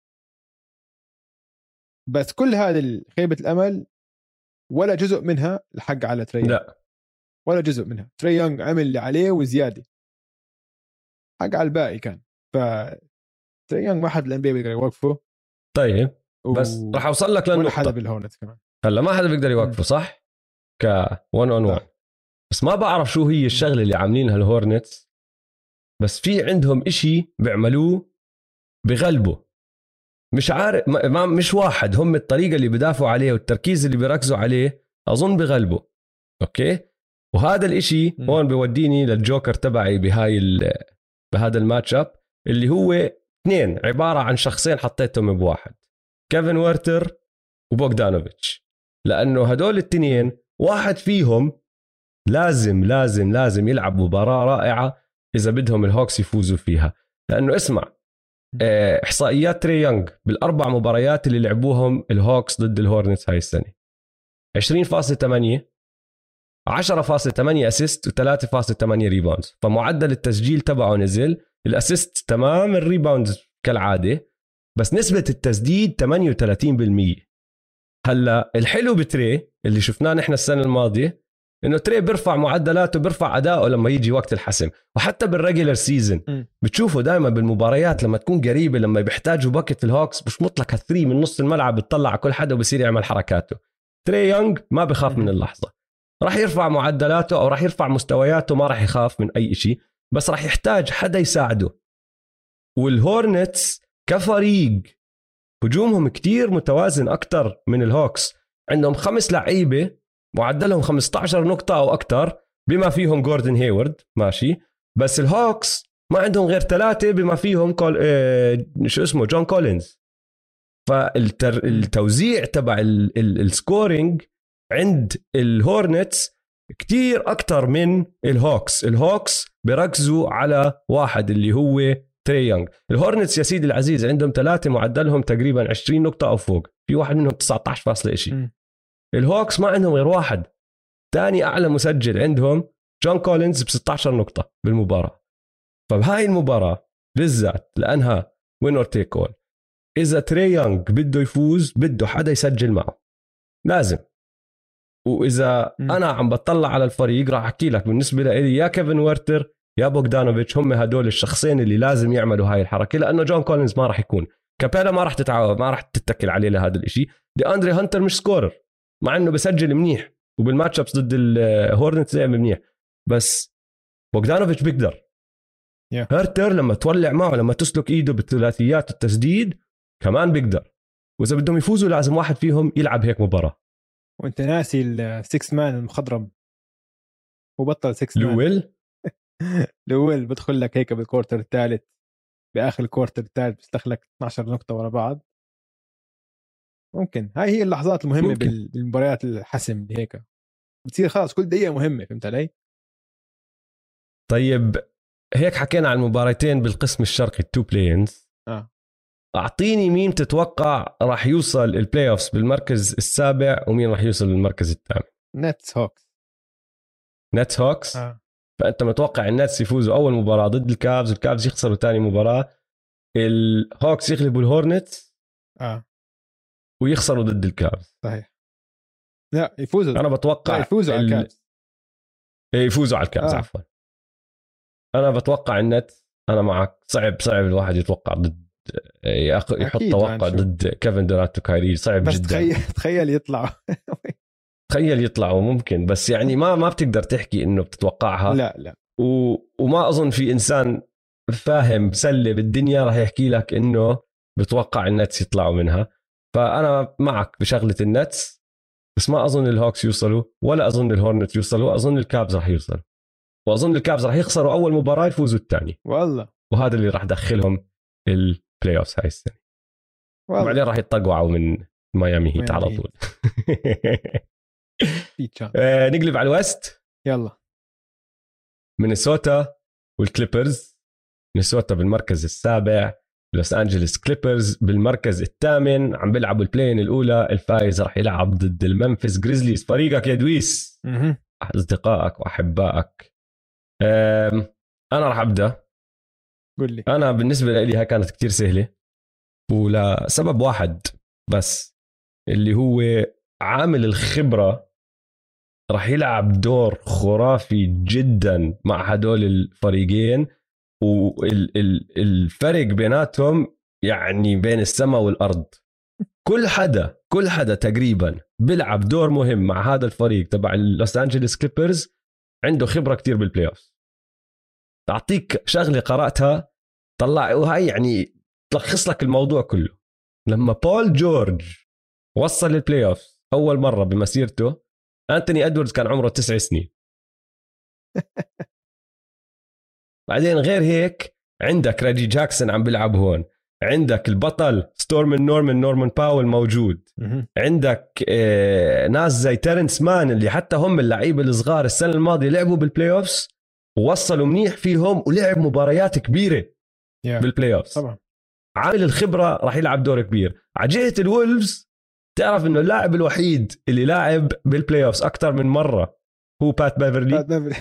بس كل هذه خيبه الامل ولا جزء منها الحق على تري. لا ولا جزء منها. تري يونغ عمل اللي عليه وزياده، حق على الباقي كان. ف تري يونغ ما حد الان بي بيقدر يوقفه. طيب بس راح اوصل لك للنقطه، ولا حدا بالهورنتس كمان هلا ما حدا بيقدر يوقفه صح ك 1 on 1. بس ما بعرف شو هي الشغله اللي عاملينها الهورنتس، بس في عندهم إشي بيعملوه بغلبه. مش عارف مش واحد، هم الطريقه اللي بدافعوا عليه والتركيز اللي بيركزوا عليه اظن بغلبه. اوكي، وهذا الإشي هون بيوديني للجوكر تبعي بهذا الماتش اب، اللي هو اثنين عباره عن شخصين حطيتهم بواحد، كيفن ويرتر وبوغدانوفيتش. لانه هدول الاثنين واحد فيهم لازم يلعب مباراه رائعه اذا بدهم الهوكس يفوزوا فيها. لانه اسمع، احصائيات تري يونغ بالاربع مباريات اللي لعبوهم الهوكس ضد الهورنتس هاي السنه 20.8، 10.8 اسيست و3.8 ريباوندز. فمعدل التسجيل تبعه نزل، الاسيست تمام، الريباوندز كالعاده، بس نسبه التسديد 38%. هلا الحلو بتري اللي شفناه نحن السنه الماضيه انه تري بيرفع معدلاته، بيرفع اداؤه لما يجي وقت الحسم. وحتى بالريجولر سيزن بتشوفوا دائما بالمباريات لما تكون قريبه، لما بيحتاجوا باكت الهوكس بشمط لك الثري من نص الملعب، بتطلع على كل حدا وبصير يعمل حركاته. تري يونغ ما بخاف من اللحظه، راح يرفع معدلاته او راح يرفع مستوياته، ما راح يخاف من اي شيء، بس راح يحتاج حدا يساعده. والهورنتس كفريق هجومهم كتير متوازن أكتر من الهوكس، عندهم 5 لعيبة معدلهم 15 نقطة أو أكتر، بما فيهم جوردن هيورد ماشي، بس الهوكس ما عندهم غير 3 بما فيهم شو اسمه جون كولينز. فالتوزيع تبع السكورينج عند الهورنتس كتير أكتر من الهوكس بيركزوا على واحد اللي هو تري يونغ. الهورنتس يا سيدي العزيز عندهم 3 معدلهم تقريبا 20 نقطة أو فوق، في واحد منهم 19 الهوكس ما عندهم غير واحد، تاني أعلى مسجل عندهم جون كولينز ب16 نقطة بالمباراة. فبهاي المباراة بالذات لأنها وين اور تيك اول، إذا تري يونغ بده يفوز بده حدا يسجل معه لازم. وإذا أنا عم بطلع على الفريق راح أحكي لك بالنسبة لي يا كيفن ويرتر يا بوغدانوفيتش هم هدول الشخصين اللي لازم يعملوا هاي الحركة، لأنه جون كولينز ما راح يكون، كابيلا ما راح تتعاون، ما راح تتكل عليه لهذا الاشي. دي أندري هانتر مش سكورر مع انه بسجل منيح وبالماتش ابس ضد الهورنتس زي منيح، بس بوغدانوفيتش بيقدر. هارتر لما تولع معه، لما تسلك ايده بالثلاثيات التسديد كمان بيقدر. واذا بدهم يفوزوا لازم واحد فيهم يلعب هيك مباراة. وانت ناسي السكس مان المخضرم، وبطل 6 مان لويل بدخل لك هيك بالكورتر الثالث، باخر الكورتر الثالث بيستخلك 12 نقطة ورا بعض. ممكن هاي هي اللحظات المهمة بالمباريات الحسم اللي هيك بتصير خلاص كل دقيقة مهمة، فهمت علي؟ طيب هيك حكينا عن المباراتين بالقسم الشرقي التو بلاينز. أعطيني مين تتوقع راح يوصل البلاي أوفس بالمركز السابع ومين راح يوصل للمركز الثامن؟ نتس هوكس. فأنت متوقع النتس يفوزوا أول مباراة ضد الكابز يخسروا تاني مباراة، الهوكس يغلبوا الهورنتس ويخسروا ضد الكابز. صحيح. لا يفوزوا، أنا بتوقع يفوزوا على الكابز. يفوزوا على الكابز عفوا. أنا بتوقع النتس. أنا معك، صعب الواحد يتوقع ضد يحط توقع ضد كيفن دورانت وكايري، صعب بس جدا. تخيل يطلعوا ممكن، بس يعني ما بتقدر تحكي انه بتتوقعها. لا وما اظن في انسان فاهم سله بالدنيا راح يحكي لك انه بتوقع النتس يطلعوا منها. فانا معك بشغله النتس، بس ما اظن الهوكس يوصلوا ولا اظن الهورنت يوصلوا. اظن الكابز راح يوصلوا، واظن الكابز راح يخسروا اول مباراه يفوزوا الثاني والله، وهذا اللي راح يدخلهم البلاي اوفز هاي السنه. وبعدين راح يتطقعوا من ميامي هيت على طول. نقلب على الوست. يلا. مينيسوتا والكليبرز. مينيسوتا بالمركز السابع، لوس أنجلوس كليبرز بالمركز الثامن، عم بيلعبوا البلاين الأولى. الفايز راح يلعب ضد الممفيس جريزليز، فريقك يا دويس، أصدقائك وأحبائك. أنا راح أبدأ. قل لي. أنا بالنسبة لي هاي كانت كتير سهلة، ولسبب واحد بس، اللي هو عامل الخبرة راح يلعب دور خرافي جدا مع هدول الفريقين، والفرق بيناتهم يعني بين السماء والأرض. كل حدا تقريبا بيلعب دور مهم مع هذا الفريق تبع لوس أنجلوس كليبرز، عنده خبرة كتير بالبلاي أوف. تعطيك شغلة قرأتها طلع، وهي يعني تلخص لك الموضوع كله. لما بول جورج وصل البلاي أوف أول مرة بمسيرته، أنتوني أدواردز كان عمره 9 سنين. بعدين غير هيك عندك راجي جاكسون عم بيلعب هون، عندك البطل نورمان باول موجود، عندك ناس زي تيرنس مان اللي حتى هم اللعيبة الصغار السنة الماضية لعبوا بالبلاي أوفس ووصلوا منيح فيهم ولعب مباريات كبيرة بالبلاي أوفس. طبعا عامل الخبرة راح يلعب دور كبير. عجية الولفز تعرف انه اللاعب الوحيد اللي لاعب بالبلاي أوفس أكتر من مرة هو بات بيفرلي.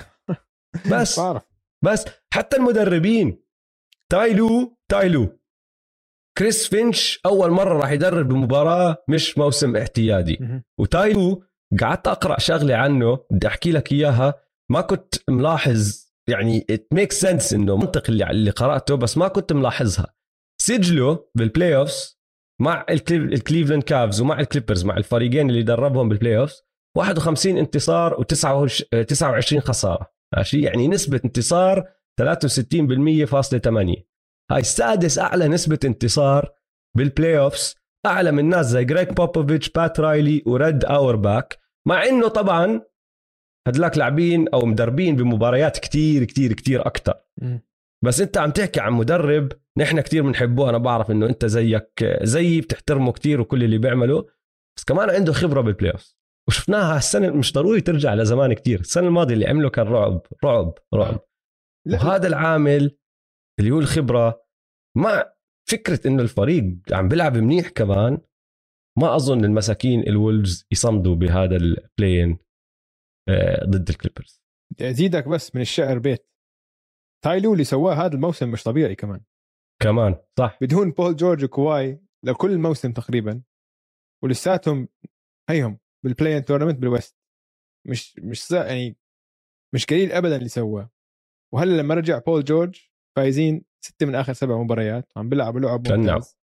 بس حتى المدربين تايلو كريس فينش أول مرة راح يدرب بمباراة مش موسم احتيادي. وتايلو قعدت أقرأ شغلة عنه بدي أحكي لك إياها، ما كنت ملاحظ، يعني it makes sense إنه منطق اللي قرأته، بس ما كنت ملاحظها. سجله بالبلاي أوفس مع الكليفلاند كافز ومع الكليبرز، مع الفريقين اللي دربهم بالبلاي أوفس، 51 انتصار و29 خسارة. ماشي، يعني نسبة انتصار 63.8%. هاي سادس أعلى نسبة انتصار بالبلاي أوفس، أعلى من ناس زي غريك بوبوفيتش، بات رايلي وريد أورباك، مع إنه طبعا هدلاك لاعبين أو مدربين بمباريات كتير كتير كتير أكتر. بس أنت عم تحكي عن مدرب نحن كتير بنحبه، أنا بعرف إنه أنت زي بتحترمه كتير وكل اللي بيعمله، بس كمان عنده خبرة بالبلاي أوفس وشفناها السنة. مش ضروري ترجع لزمان كتير، السنة الماضية اللي عمله كان رعب. وهذا العامل اللي هو الخبرة مع فكرة إنه الفريق عم بيلعب منيح كمان، ما أظن المساكين الولفز يصمدوا بهذا البلاين ضد الكليبرز. بدي أزيدك بس من الشعر بيت، تايلو اللي سواه هذا الموسم مش طبيعي كمان صح، بدون بول جورج وكواي لكل الموسم تقريبا، ولساتهم هيهم بالبلاين تورنمنت بالويست. مش يعني مش قليل أبدا اللي سواه. وهلا لما رجع بول جورج فايزين 6 من آخر 7 مباريات، عم بيلعبوا لعب ممتاز.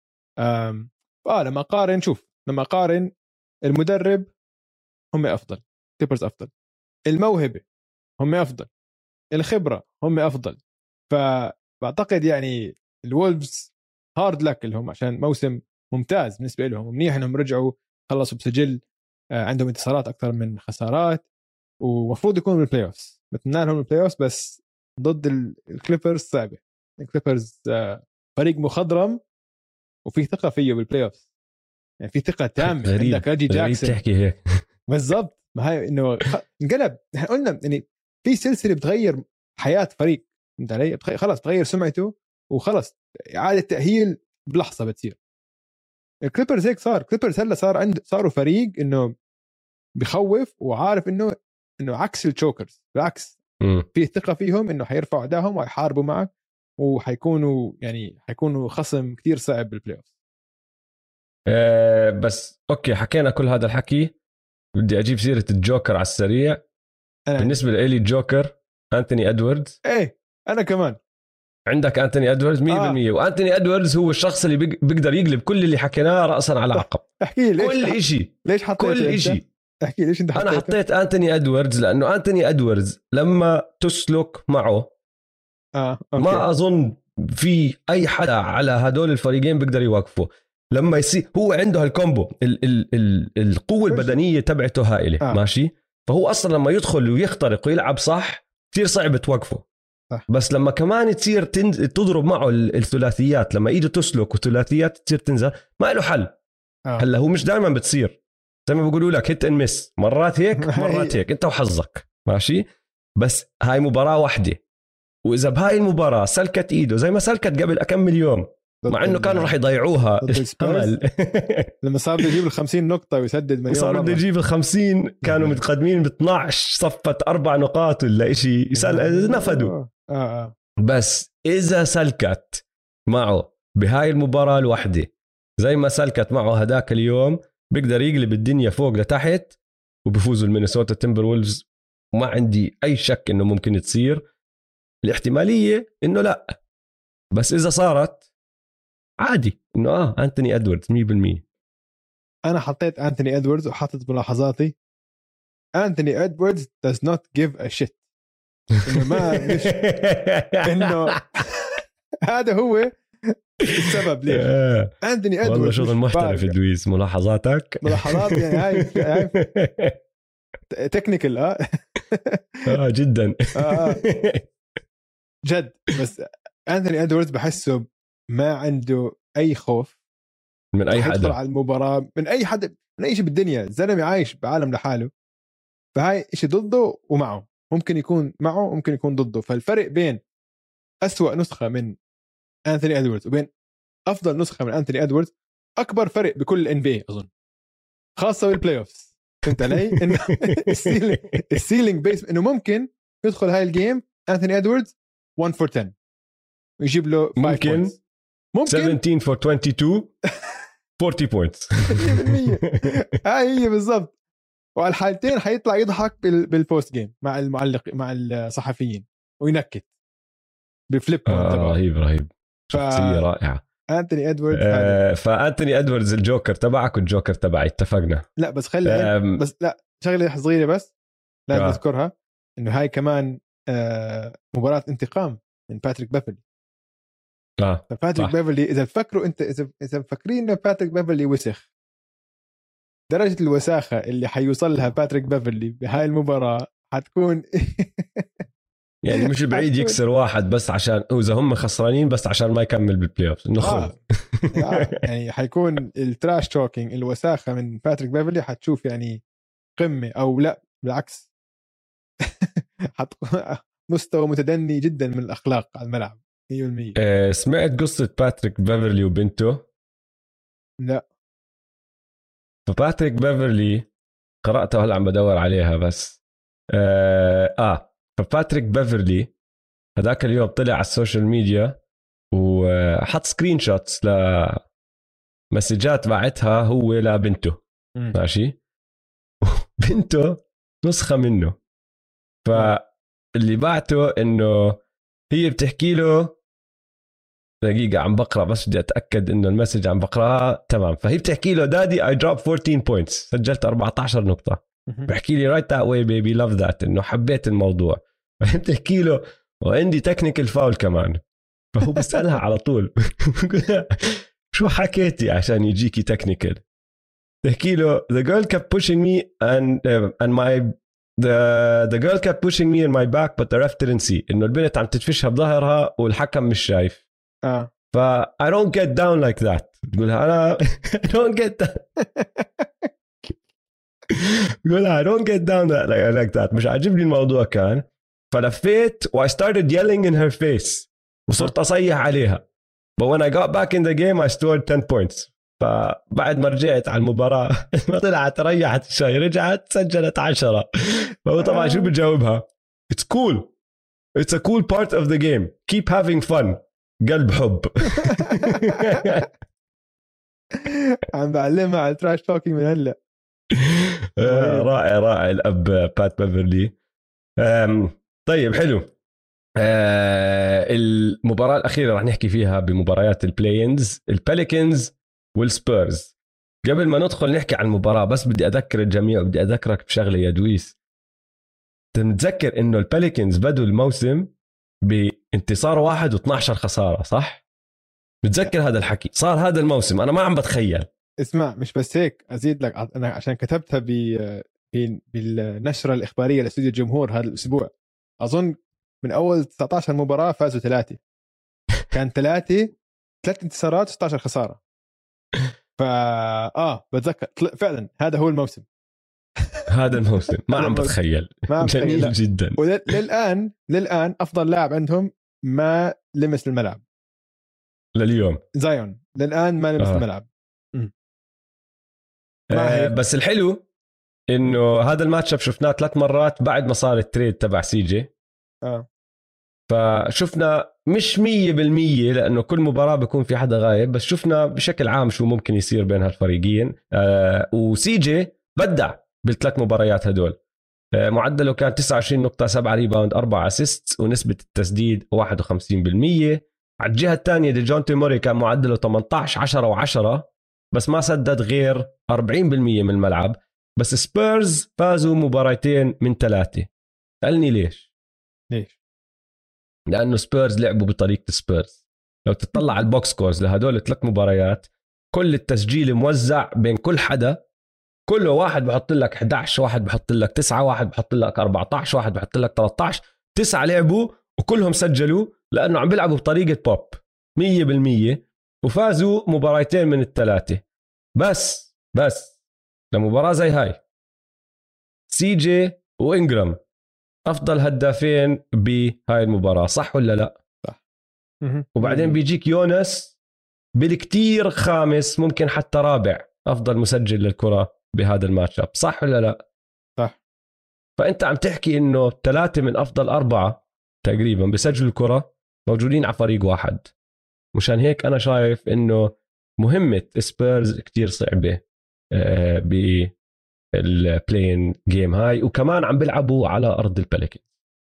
لما أقارن المدرب هم أفضل، كليبرز أفضل، الموهبة هم أفضل، الخبرة هم أفضل. فبعتقد يعني الولفز هارد لك لهم عشان موسم ممتاز بالنسبة لهم، ومنيح أنهم رجعوا خلصوا بسجل عندهم انتصارات أكثر من خسارات، ومفروض يكونوا بالبلاي أوفس. بتمنى لهم البلاي أوفس، بس ضد الكليبرز صعبة. الكليبرز فريق مخضرم وفي ثقة فيه بالبلاي أوفس، يعني في ثقة تامة. عندك راجي جاكسون تحكي هيك بالضبط، ما هي إنه انقلب. نحن قلنا يعني في سلسلة بتغير حياة فريق، انت علي خلاص بتغير سمعته وخلاص إعادة تأهيل بلحظة بتصير. الكليبرز هيك صار. كليبرز هلا صاروا فريق إنه بخوف، وعارف إنه عكس التشوكرز، بالعكس في ثقة فيهم إنه حيرفعوا أدائهم ويحاربوا معك، وحيكونوا خصم كتير صعب بالبلاي أوف. بس أوكي، حكينا كل هذا الحكي، بدي أجيب سيرة الجوكر على السريع. بالنسبة لي الجوكر أنتوني أدواردز. أنا كمان عندك أنتوني أدواردز 100%. وأنتوني أدواردز هو الشخص اللي بيقدر يقلب كل اللي حكيناه رأسا على عقب. احكي ليش كل إشي، ليش حطيت كل إشي. احكي ليش انت أنا حطيت أنتوني أدواردز لأنه أنتوني أدواردز لما تسلك معه أوكي. ما أظن في أي حدا على هدول الفريقين بيقدر يوقفه. لما يصير هو عنده هالكومبو القوه البدنيه تبعته هائله ماشي. فهو اصلا لما يدخل ويخترق ويلعب صح كثير صعب توقفه صح. بس لما كمان تصير تضرب معه الثلاثيات، لما ايده تسلك وثلاثيات تصير تنزل، ما له حل. هلا هو مش دائما بتصير زي ما بيقولوا لك هيت ان مس، مرات هيك مرات هيك، انت وحظك ماشي. بس هاي مباراه واحده، واذا بهاي المباراه سلكت ايده زي ما سلكت قبل كم يوم، مع انه كانوا راح يضيعوها لما صار بده يجيب ال50 نقطه ويسدد مليون، صار بده يجيب ال50 كانوا متقدمين ب12 صفت 4 نقاط ولا شيء نفدوا. بس اذا سلكت معه بهاي المباراه الوحده زي ما سلكت معه هداك اليوم، بيقدر يقلب الدنيا فوق لتحت وبيفوزوا المينيسوتا تيمبر وولفز. وما عندي اي شك انه ممكن تصير، الاحتماليه انه لا، بس اذا صارت عادي انه أنتوني إدواردز 100%. انا حطيت أنتوني إدواردز وحطيت ملاحظاتي أنتوني إدواردز does not give a shit. انه ما مش انه هذا هو السبب ليش أنتوني إدواردز والله شغل محترف دويس. ملاحظات يعني هاي تكنيكال جدا جد. بس أنتوني إدواردز بحسه ما عنده اي خوف من اي حدا على المباراه، من اي حدا، من اي شيء بالدنيا. الزلمه عايش بعالم لحاله، فهاي شيء ضده ومعه، ممكن يكون معه ممكن يكون ضده. فالفرق بين أسوأ نسخه من أنتوني إدواردز وبين افضل نسخه من أنتوني إدواردز اكبر فرق بكل NBA اظن، خاصه بالبلاي اوفز. فهمت علي؟ انه السيلينج بيس انه ممكن يدخل هاي الجيم أنتوني إدواردز 1 for 10 ويجيب له 5 ممكن 17 for 22 40 points. هي بالضبط. وعلى الحالتين حيطلع يضحك بالبوست جيم مع المعلق مع الصحفيين وينكت بفليب. رهيب شخصية رائعة أنتوني إدواردز. فأنتوني إدواردز الجوكر تبعك والجوكر تبعي، اتفقنا. لا بس خلي بس لا شغلة صغيرة بس لازم نذكرها، إنه هاي كمان مباراة انتقام من باتريك بيفرلي. فباتريك بيفرلي إذا فكروا أنت إذا مفكرين إنه باتريك بيفرلي وسخ، درجة الوساخة اللي حيوصل لها باتريك بيفرلي بهاي المباراة حتكون يعني مش بعيد يكسر واحد بس عشان إذا هم خسرانين بس عشان ما يكمل بالبلاي اوف نخرج. يعني حيكون التراش توكينج الوساخة من باتريك بيفرلي حتشوف يعني قمة، أو لا بالعكس مستوى متدني جدا من الأخلاق على الملعب 100%. سمعت قصة باتريك بيفرلي وبنته؟ لا. فباتريك بيفرلي قرأتها هلا عم بدور عليها بس فباتريك بيفرلي هذاك اليوم طلع على السوشيال ميديا وحط سكرين شوتس لمسجات بعتها هو لبنته ماشي. بنته نسخة منه، فاللي بعته انه هي بتحكي له دقيقة عم بقرأ بس بدي أتأكد إنه المسج عم بقرأها تمام. فهي بتحكي له دادي I dropped 14 points، سجلت 14 نقطة. بحكي لي right that way baby love that، إنه حبيت الموضوع. فهي بتحكي له وعندي technical foul كمان. فهو بيسألها على طول شو حكيتي عشان يجيكي technical؟ تحكي له the girl kept pushing me and my the girl kept pushing me in my back but the ref didn't see. إنه البنت عم تدفشها بظهرها والحكم مش شايف. I don't get down like that. تقولها أنا I don't get down. تقولها I don't get down like that. مش عاجبني الموضوع كان. فلفيت و I started yelling in her face وصرت أصيح عليها. But when I got back in the game I scored 10 points. فبعد ما رجعت على المباراة ما طلعت ريحت شوي، رجعت سجلت 10. فهو طبعا شو بجاوبها؟ It's cool. It's a cool part of the game. Keep having fun. قلب حب. عم بعلمها على التراش توكينج من هلا. رائع الأب بات بيفرلي. طيب حلو. المباراة الأخيرة راح نحكي فيها بمباريات البلاينز، الباليكنز والسبيرز. قبل ما ندخل نحكي عن المباراة بس بدي أذكر الجميع وبدي أذكرك بشغلة يا دويس. تتذكر إنه الباليكنز بدوا الموسم بانتصار 1 و12 خسارة صح؟ بتذكر هذا الحكي صار هذا الموسم، انا ما عم بتخيل. اسمع مش بس هيك، ازيد لك، انا عشان كتبتها بالنشره الاخباريه لاستوديو الجمهور هذا الاسبوع، اظن من اول 19 مباراه فازوا 3، كان 3 انتصارات 16 خساره. بتذكر فعلا هذا هو الموسم. هذا الموسم ما عم بتخيل. جميل جدا. للان افضل لاعب عندهم ما لمس الملعب لليوم، زايون للان ما لمس الملعب. بس الحلو انه هذا الماتش شفناه 3 مرات بعد ما صار التريد تبع سي جي. فشفنا مش 100% لانه كل مباراه بيكون في حدا غايب، بس شفنا بشكل عام شو ممكن يصير بين هالفريقين. وسي جي بدع بالثلاث مباريات هدول. معدله كان 29 نقطة، 7 ريباوند، 4 اسيست، ونسبة التسديد 51%. على الجهة الثانية ديجونتي موري كان معدله 18 10 و10، بس ما سدد غير 40% من الملعب. بس سبيرز فازوا مباراتين من 3. قالني ليش؟ لأنه سبيرز لعبوا بطريقة سبيرز. لو تطلع على البوكس كورز لهدول 3 مباريات، كل التسجيل موزع بين كل حدا، كل واحد بحط لك 11، واحد بحط لك 9، واحد بحط لك 14، واحد بحط لك 13. 9 لعبوا وكلهم سجلوا لأنه عم بيلعبوا بطريقة بوب 100%، وفازوا مباراتين من 3. بس لمباراة زي هاي سي جي وإنجرام أفضل هدافين بهاي المباراة، صح ولا لا؟ صح. وبعدين بيجيك يونس بالكتير خامس، ممكن حتى رابع أفضل مسجل للكرة بهذا الماتش اب، صح ولا لا؟ صح. فأنت عم تحكي إنه 3 من أفضل 4 تقريبا بسجلوا الكرة موجودين على فريق واحد. مشان هيك أنا شايف إنه مهمة سبيرز كتير صعبة بالبلين جيم هاي، وكمان عم بيلعبوا على أرض البلكن.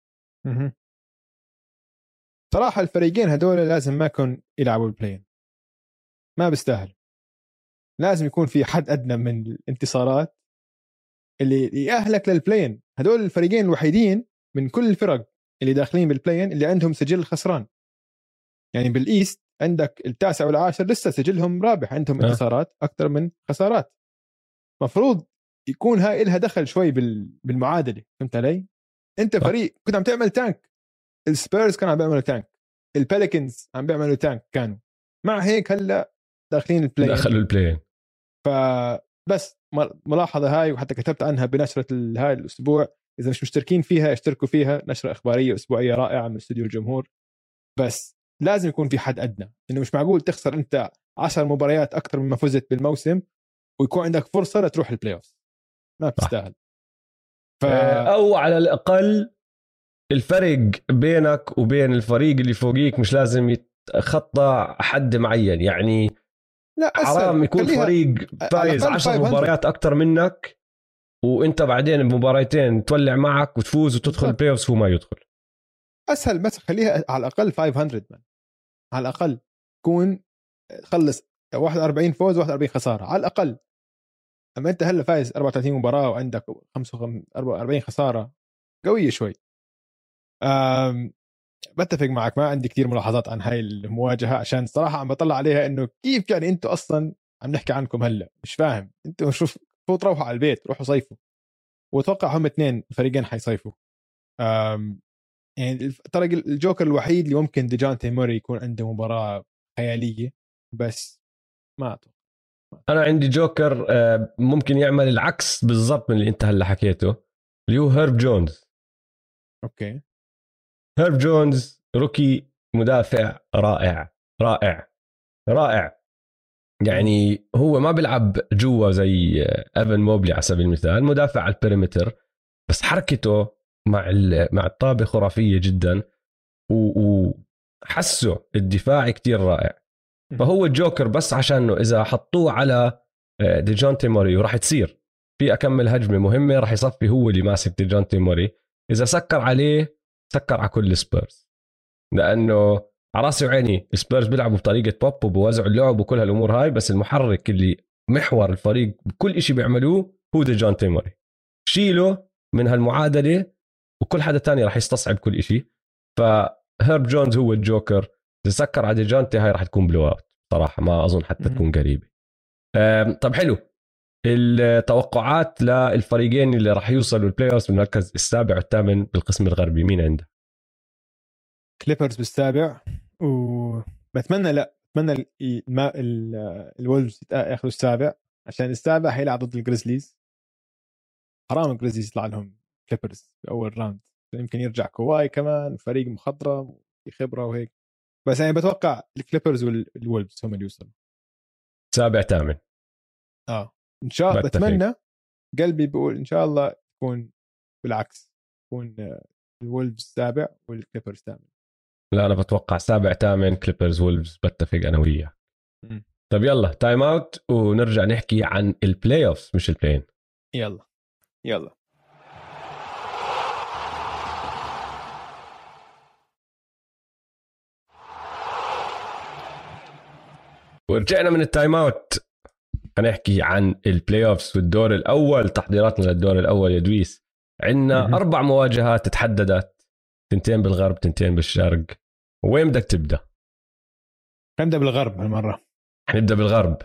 صراحة الفريقين هدول لازم ما يكون يلعبوا البلين، ما بيستاهل. لازم يكون في حد أدنى من الانتصارات اللي يأهلك للبلين. هدول الفريقين الوحيدين من كل الفرق اللي داخلين بالبلين اللي عندهم سجل خسران. يعني بالإيست عندك 9 و10 لسه سجلهم رابح، عندهم انتصارات أكثر من خسارات. مفروض يكون هاي إلها دخل شوي بالمعادلة. فهمت علي؟ أنت فريق كنت عم تعمل تانك، السبيرز كانوا عم بيعملوا تانك، الباليكنز عم بيعملوا تانك كانوا، مع هيك هلا داخلين البلاي، دخلوا البلاي. فبس ملاحظة هاي، وحتى كتبت عنها بنشرة هاي الأسبوع. إذا مش مشتركين فيها اشتركوا فيها، نشرة إخبارية أسبوعية رائعة من استوديو الجمهور. بس لازم يكون في حد أدنى، إنه مش معقول تخسر أنت 10 مباريات أكتر مما فزت بالموسم ويكون عندك فرصة لتروح البلاي أوف، ما بتستاهل. أو على الأقل الفرق بينك وبين الفريق اللي فوقيك مش لازم يتخطى حد معين. يعني لا حرام يكون فريق فايز 10 مباريات أكتر منك وانت بعدين بمباراتين تولع معك وتفوز وتدخل البلاي اوف، هو ما يدخل. اسهل بس خليها على الاقل 500 من، على الاقل تكون تخلص 41 فوز 41 خساره على الاقل. اما انت هلا فايز 34 مباراه وعندك 45 خساره، قويه شوي. بتفق معك، ما عندي كتير ملاحظات عن هاي المواجهه، عشان صراحه عم بطلع عليها انه كيف يعني انتوا اصلا عم نحكي عنكم هلا، مش فاهم. انتوا شوف فوت روحوا على البيت، روحوا صيفوا. واتوقع هم اثنين الفريقين حيصيفوا. يعني ترى الجوكر الوحيد اللي ممكن ديجونتي موري يكون عنده مباراة خيالية، بس ما أتوقع. أنا عندي جوكر ممكن يعمل العكس بالضبط من اللي أنت هلا حكيته، اللي هو هيرب جونز. أوكي. هيرب جونز روكي مدافع رائع رائع رائع. يعني هو ما بيلعب جوا زي ايفن موبلي على سبيل المثال، مدافع على البريمتر، بس حركته مع الطابة خرافية جدا، وحسه الدفاعي كتير رائع. فهو الجوكر بس عشانه إذا حطوه على ديجونتي موري وراح تصير في أكمل هجمة مهمة، راح يصفي هو اللي ماسك ديجونتي موري. إذا سكر عليه سكر على كل سبيرز، لأنه على راسي وعيني السبيرز بيلعبوا بطريقة بوب وبوزعوا اللعب وكل هالأمور هاي، بس المحرك اللي محور الفريق بكل إشي بيعملوه هو ديجونتي موري. شيله من هالمعادلة وكل حدا تاني راح يستصعب كل إشي. فهيرب جونز هو الجوكر تسكر على ديجونتي هاي راح تكون بلو اوت صراحه، ما اظن حتى تكون قريبه. طب حلو، التوقعات للفريقين اللي راح يوصلوا البلاي اوف بالمركز السابع والثامن بالقسم الغربي، مين عنده؟ كليبرز بالسابع، وبتمنى اتمنى الولفز ياخذوا السابع، عشان السابع هيلعب ضد الجريزليز. حرام الجريزليز يطلع لهم كليبرز باول راوند، يمكن يرجع كواي كمان، فريق مخضرم في خبره وهيك. بس يعني بتوقع الكليبرز والولفز هم اللي يوصلوا سابع ثامن. ان شاء الله، بتمنى، قلبي بقول ان شاء الله يكون بالعكس، يكون الولفز سابع والكليبرز ثامن. لا انا بتوقع سابع ثامن كليبرز وولفز، بتفق انا وياه. طب يلا تايم اوت ونرجع نحكي عن البلاي اوف مش البلاين. يلا ورجعنا من التايم اوت، هنحكي عن البلاي اوفز والدور الاول. تحضيراتنا للدور الاول يا دويس، عندنا 4 مواجهات تحددت، 2 بالغرب 2 بالشرق. وين بدك تبدا؟ نبدا بالغرب هالمره. حنبدا بالغرب.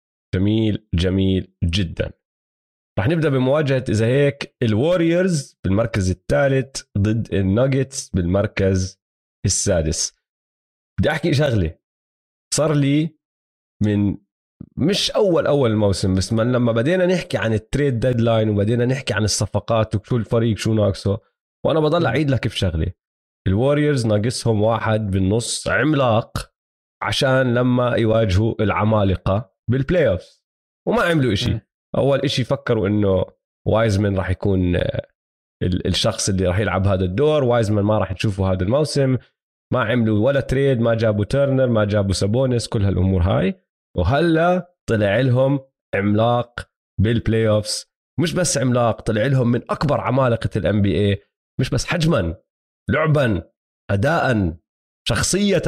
جميل جدا. رح نبدا بمواجهه اذا هيك الواريورز بالمركز الثالث ضد الناجتس بالمركز السادس. بدي احكي شغله، صار لي من مش اول الموسم، بس من لما بدينا نحكي عن التريد ديدلاين وبدينا نحكي عن الصفقات وشو الفريق شو ناقصه، وانا بضل اعيد لك بشغله، الواريورز ناقصهم واحد بالنص عملاق عشان لما يواجهوا العمالقه بالبلاي اوف، وما عملوا إشي. اول إشي فكروا انه وايزمان راح يكون الشخص اللي راح يلعب هذا الدور، وايزمان ما راح تشوفوا هذا الموسم، ما عملوا ولا تريد، ما جابوا تيرنر، ما جابوا سابونس، كل هالامور هاي. وهلا طلع لهم عملاق بالبلاي اوفز، مش بس عملاق، طلع لهم من اكبر عمالقه الام بي اي، مش بس حجما، لعبا، اداء، شخصيه.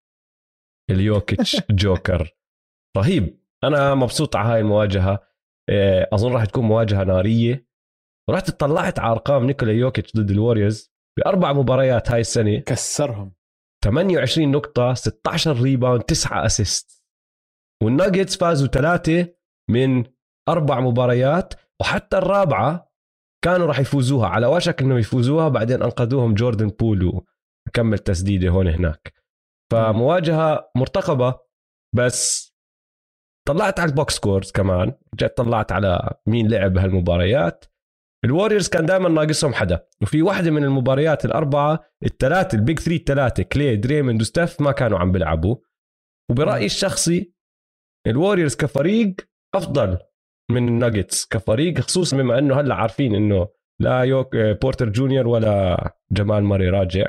اليوكيتش جوكر رهيب. انا مبسوط على هاي المواجهه، اظن راح تكون مواجهه ناريه. ورحت اطلعت على ارقام نيكولا يوكيتش ضد الواريورز ب4 مباريات هاي السنه، كسرهم 28 نقطه، 16 ريباوند، 9 اسيست. والناجتس فازوا 3 من 4 مباريات، وحتى الرابعه كانوا راح يفوزوها، على وشك انه يفوزوها، بعدين انقذوهم جوردن بول وكمل تسديده هون هناك. فمواجهه مرتقبه. بس طلعت على البوكس سكورز كمان، جيت طلعت على مين لعب هالمباريات. الواريورز كان دائما ناقصهم حدا، وفي واحدة من المباريات الأربعة الثلاثة البيج 3 الثلاثة كلي دريموند وستيف ما كانوا عم بيلعبوا. وبرأيي الشخصي الواريورز كفريق أفضل من الناجتس كفريق، خصوصا بما أنه هلا عارفين أنه لا بورتر جونيور ولا جمال ماري راجع.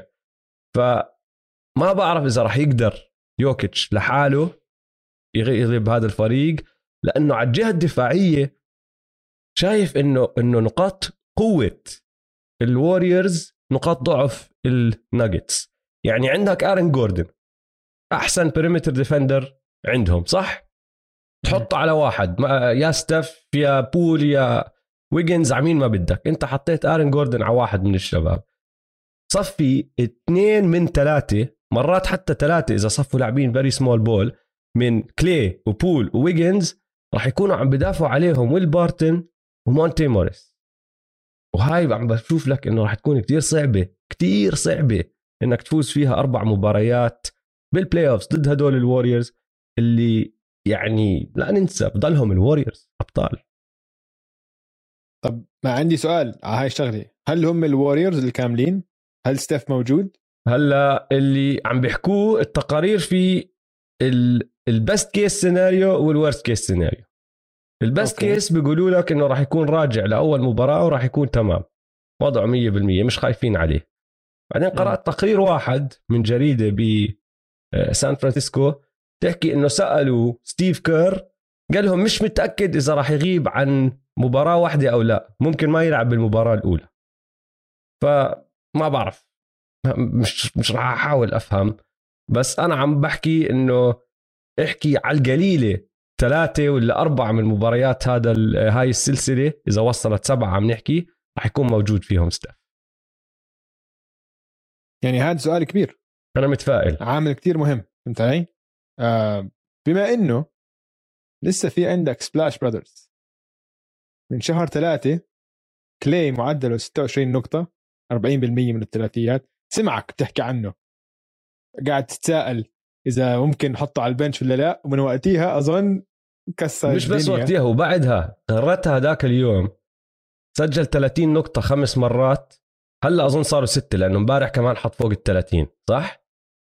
فما بعرف إذا راح يقدر يوكيتش لحاله يغلب هذا الفريق، لأنه على الجهة الدفاعية شايف انه نقاط قوه الواريورز نقاط ضعف الناجتس. يعني عندك آرن جوردن احسن بريمتر ديفندر عندهم، صح؟ تحطه على واحد، يا ستيف يا بول يا ويجنز، عمين ما بدك، انت حطيت آرن جوردن على واحد من الشباب، صفي 2 من 3 مرات، حتى 3 اذا صفوا لاعبين فيري سمول بول من كلي وبول وويجنز، راح يكونوا عم بدافعوا عليهم ويل بارتن ومونتي موريس. وهاي عم بشوف لك انه راح تكون كتير صعبة انك تفوز فيها 4 مباريات بالبلاي اوفز ضد هدول الواريورز اللي يعني لا ننسى بضلهم الواريورز ابطال. طب ما عندي سؤال على هاي الشغلة، هل هم الواريورز الكاملين؟ هل ستيف موجود؟ هلا اللي عم بيحكوه التقارير في البست كيس سيناريو والورست كيس سيناريو. البست كيس بيقولوا لك انه راح يكون راجع لاول مباراه وراح يكون تمام وضعه 100%، مش خايفين عليه. بعدين قرات تقرير واحد من جريده بسان فرانسيسكو تحكي انه سالوا ستيف كير، قال لهم مش متاكد اذا راح يغيب عن مباراه واحده او لا، ممكن ما يلعب بالمباراه الاولى. فما بعرف، مش راح احاول افهم، بس انا عم بحكي انه احكي على القليله 3 ولا 4 من المباريات هاي السلسلة، إذا وصلت 7 عم نحكي رح يكون موجود فيهم ستيف. يعني هذا سؤال كبير، أنا متفائل، عامل كتير مهم. فهمت علي؟ بما انه لسه في عندك سبلاش براذرز من شهر 3 كلاي معدله 26 نقطة 40% من الثلاثيات. سمعك بتحكي عنه قاعد تتساءل إذا ممكن نحطه على البنش ولا لا، ومن وقتها أظن كسر مش بس وقتها وبعدها غرتها ذاك اليوم سجل 30 نقطة 5 مرات. هلا أظن صاروا 6 لأنه مبارح كمان حط فوق 30 صح؟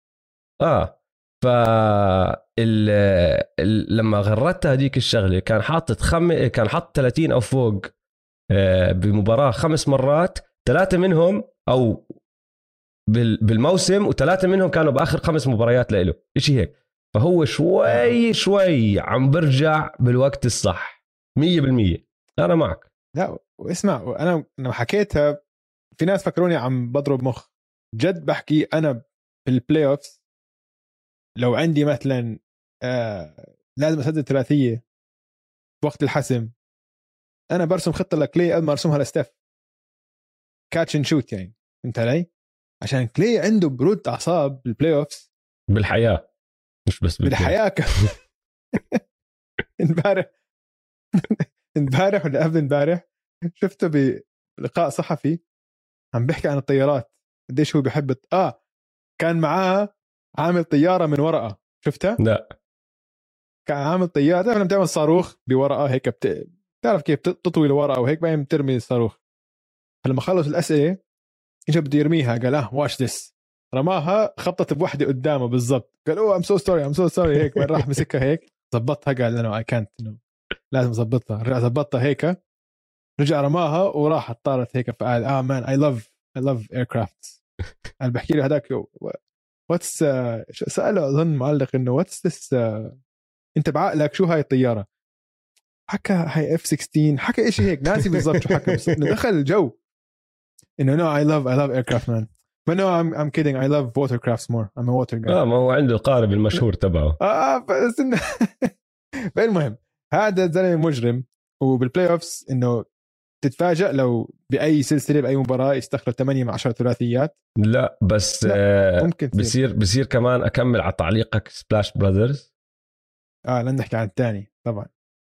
لما غرتها هذيك الشغلة كان حاطط كان حط 30 أو فوق بمباراة 5 مرات، 3 منهم أو بالموسم و3 منهم كانوا بآخر 5 مباريات له إشي هيك. فهو شوي عم برجع بالوقت الصح 100%. أنا معك. لا واسمع، أنا حكيتها في ناس فكروني عم بضرب مخ، جد بحكي أنا بالبلاي أوفس لو عندي مثلا لازم أسدد ثلاثية في وقت الحسم، أنا برسم خطة لكلي قبل ما أرسمها لستيف، كاتش اند شوت يعني. فهمت علي؟ عشان كلي عنده برود أعصاب بالبلاي أوفس بالحياة، مش بس بالحياة امبارح ولا قبل امبارح شفته بلقاء صحفي عم بيحكي عن الطيارات قديش هو بيحب كان معاه عامل طيارة من ورقة، شفتها؟ لا كان عامل طيارة، تعرف لما تعمل صاروخ بورقة هيك تعرف كيف تطوي الورقة وهيك بعدين ترمي الصاروخ. فلما خلص الأسئلة اجى بده يرميها قال واش ذس، رماها خبطت بوحدة قدامه بالضبط، قال ام سو سوري هيك، بعدين راح مسكها هيك ظبطها، قال انا اي كانت لازم اظبطها، رجع ظبطها هيك، رجع رماها وراحت طارت هيك. فقال مان اي لاف ايركرافتس. انا بحكي له هذاك واتس سأله اظن معلق انه واتس ذس، انت بعقلك شو هاي الطياره؟ حكى هاي F-16، حكى إشي هيك ناسي بالضبط شو حكى، بس انه دخل الجو انه no I love aircraft man but no I'm kidding I love watercrafts more I'm a water guy. ما هو عنده القارب المشهور تبعه. بس انه المهم هذا زلمه مجرم، وبالبلاي اوفس انه تتفاجأ لو بأي سلسلة بأي مباراة يستخدم 8 من 10 ثلاثيات. لا بس لا. ممكن بصير كمان أكمل على تعليقك سبلاش براذرز. لن نحكي عن الثاني طبعا،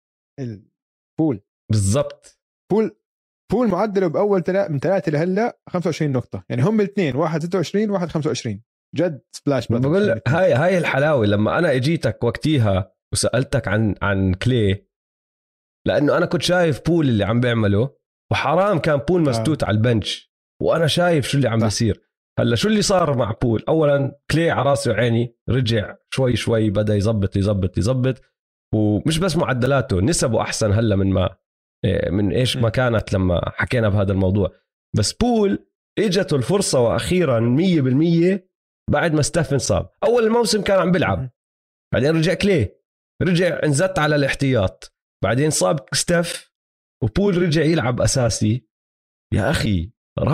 البول بالضبط. بول معدله بأول من 3 لهلا 25 نقطة، يعني هم الاثنين واحد 26 واحد 25. جد سبلاش براذرز. هاي الحلاوة لما أنا اجيتك وقتيها وسألتك عن كلي، لأنه أنا كنت شايف بول اللي عم بيعمله، وحرام كان بول مستوت على البنش وأنا شايف شو اللي عم بيصير. هلا شو اللي صار مع بول؟ أولا كلي على راسي وعيني رجع شوي بدأ يزبط، ومش بس معدلاته نسبه أحسن هلا من إيش ما كانت لما حكينا بهذا الموضوع. بس بول إجته الفرصة وأخيرا 100% بعد ما ستيف انصاب. أول الموسم كان عم بيلعب، بعدين رجع كلي، رجع انزت على الاحتياط، بعدين صاب ستيف وبول رجع يلعب أساسي. يا أخي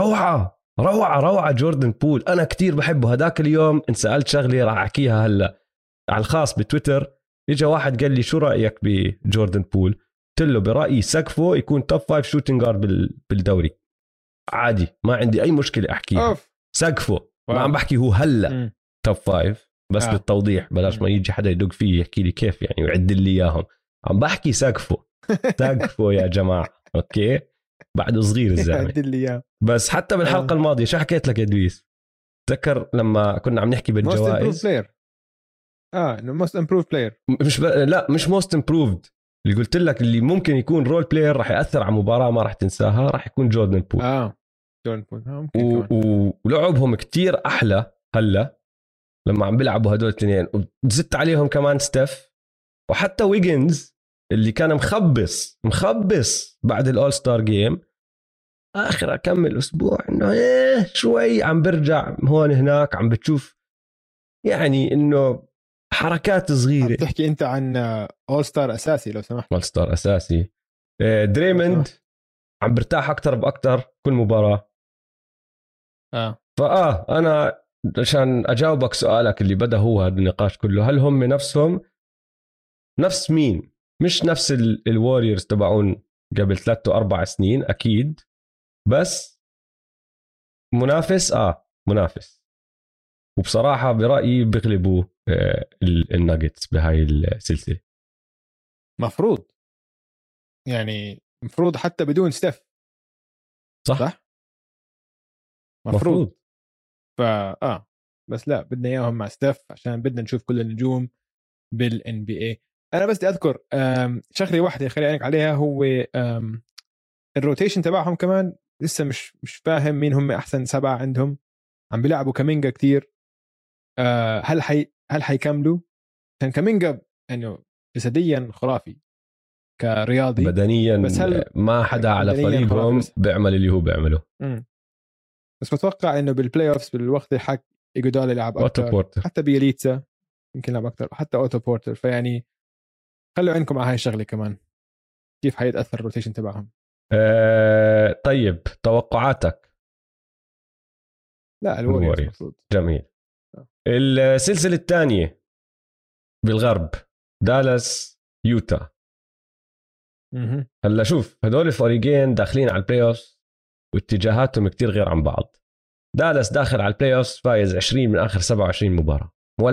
روعة جوردن بول، أنا كتير بحبه. هداك اليوم إن سألت شغلي راح أحكيها هلأ على الخاص بتويتر، إجا واحد قال لي شو رأيك بجوردن بول؟ قلت له برأيي سقفه يكون توب 5 شوتينج جارد بالدوري عادي، ما عندي أي مشكلة أحكيها. سقفه ما عم بحكي هو هلأ توب 5 بس للتوضيح بلاش ما يجي حدا يدق فيه يحكي لي كيف يعني ويعد لي إياهم. عم بحكي سقفه يا جماعة أوكي، بعده صغير الزلمة. بس حتى بالحلقة الماضية شو حكيت لك يا دويس؟ تذكر لما كنا عم نحكي بالجوائز most improved player لا مش most improved، اللي قلت لك اللي ممكن يكون رول بلاير راح يأثر على مباراة ما راح تنساها، راح يكون جوردن بول. جوردن بول ولعبهم كتير أحلى هلا لما عم بيلعبوا هدول الاثنين، وزدت عليهم كمان ستيف وحتى ويجنز اللي كان مخبص بعد الأول ستار جيم. آخر أكمل أسبوع إنه شوي عم برجع هون هناك، عم بتشوف يعني إنه حركات صغيرة. عم تحكي أنت عن أول ستار أساسي لو سمحت. أول ستار أساسي دريموند عم برتاح أكتر بأكتر كل مباراة. أنا عشان أجاوبك سؤالك اللي بدأ هو هذا النقاش كله، هل هم نفسهم نفس مين؟ مش نفس الواريورز تبعون قبل 3 و4 سنين أكيد، بس منافس منافس، وبصراحة برأيي بيغلبوا الناجتس بهاي السلسله. مفروض يعني مفروض حتى بدون ستيف. صح؟ مفروض. بس لا بدنا اياهم مع ستيف عشان بدنا نشوف كل النجوم بالان بي اي. انا بس بدي اذكر شغله واحده خلي عينك عليها، هو الروتيشن تبعهم كمان لسه مش فاهم مين هم احسن 7 عندهم. عم بيلعبوا كامينجا كتير. هل حيكملوا؟ كان كامينجا انه جسديا خرافي كرياضي، بدنيا بس هل ما حدا على فريقهم بيعمل اللي هو بيعمله. بس بتوقع انه بالبلاي اوفز بالوقت الحق إيجودالا يلعب اكثر، حتى بيليتسا يمكن يلعب اكثر، حتى اوتو بورتر. فيعني خلوا عينكم على هاي الشغله كمان، كيف حيتاثر الروتيشن تبعهم. طيب توقعاتك؟ لا الوريورز المفروض. جميل. السلسله الثانيه بالغرب دالاس يوتا. هلا شوف هدول الفريقين داخلين على البلاي اوف واتجاهاتهم كتير غير عن بعض. دالاس داخل على البلاي اوف فايز 20 من اخر 27 مباراه.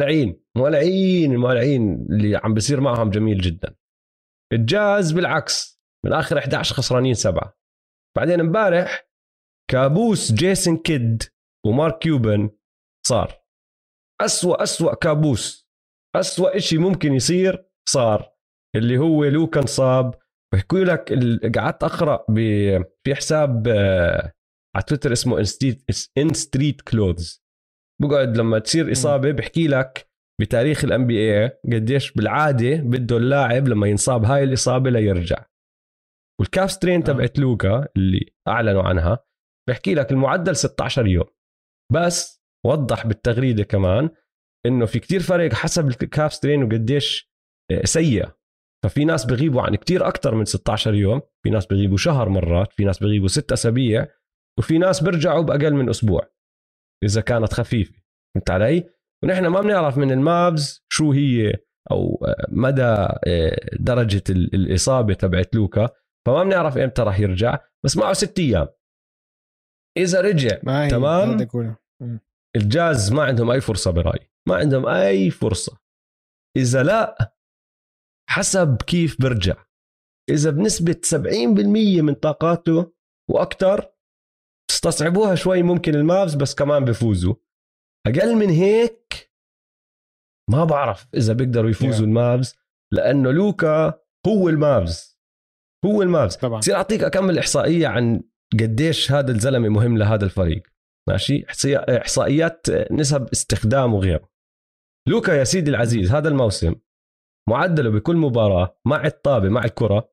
مولعين اللي عم بيصير معهم جميل جدا. الجاز بالعكس من اخر 11 خسرانين 7. بعدين امبارح كابوس جيسون كيد ومارك كيوبن صار أسوأ كابوس، أسوأ إشي ممكن يصير صار، اللي هو لوكا انصاب. بحكوا لك قعدت أقرأ في حساب على تويتر اسمه إن ستريت كلوز، بقعد لما تصير إصابة بحكي لك بتاريخ الام بي اي قديش بالعادة بده اللاعب لما ينصاب هاي الإصابة ليرجع. والكاف سترين تبعت لوكا اللي أعلنوا عنها بحكي لك المعدل 16 يوم. بس وضح بالتغريدة كمان إنه في كتير فرق حسب الكاف سترين وقديش سيء. ففي ناس بغيبوا عن كتير أكتر من 16 يوم، في ناس بغيبوا شهر مرات، في ناس بغيبوا 6 أسابيع، وفي ناس برجعوا بأقل من أسبوع إذا كانت خفيفة. فهمت علي؟ ونحن ما بنعرف من المابز شو هي أو مدى درجة الإصابة تبعت لوكا، فما بنعرف إمتى راح يرجع. بس معه 6 أيام إذا رجع تمام. الجاز ما عندهم أي فرصة برأيي، ما عندهم أي فرصة. إذا لا حسب كيف برجع، إذا بنسبة 70% من طاقاته وأكتر تستصعبوها شوي ممكن المافز، بس كمان بفوزوا. أقل من هيك ما بعرف إذا بيقدروا يفوزوا المافز، لأنه لوكا هو المافز طبعا. تصير أعطيك أكمل إحصائية عن قديش هذا الزلمة مهم لهذا الفريق. ماشي، إحصائيات نسب استخدام وغيره. لوكا يا سيدي العزيز هذا الموسم معدله بكل مباراة مع الطابة مع الكرة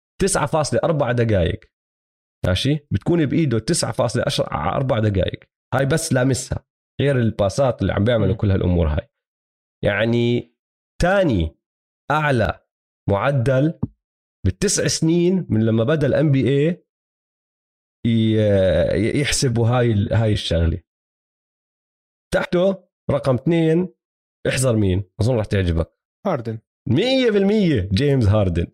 9.4 دقائق. ماشي، بتكون بإيده 9.4 دقائق. هاي بس لامسها، غير الباسات اللي عم بيعملوا كل هالأمور هاي. يعني تاني أعلى معدل ب9 سنين من لما بدأ الام بي اي يحسبوا هاي الشغله. تحته رقم 2 احذر مين، اظن راح تعجبك. هاردن 100% جيمس هاردن.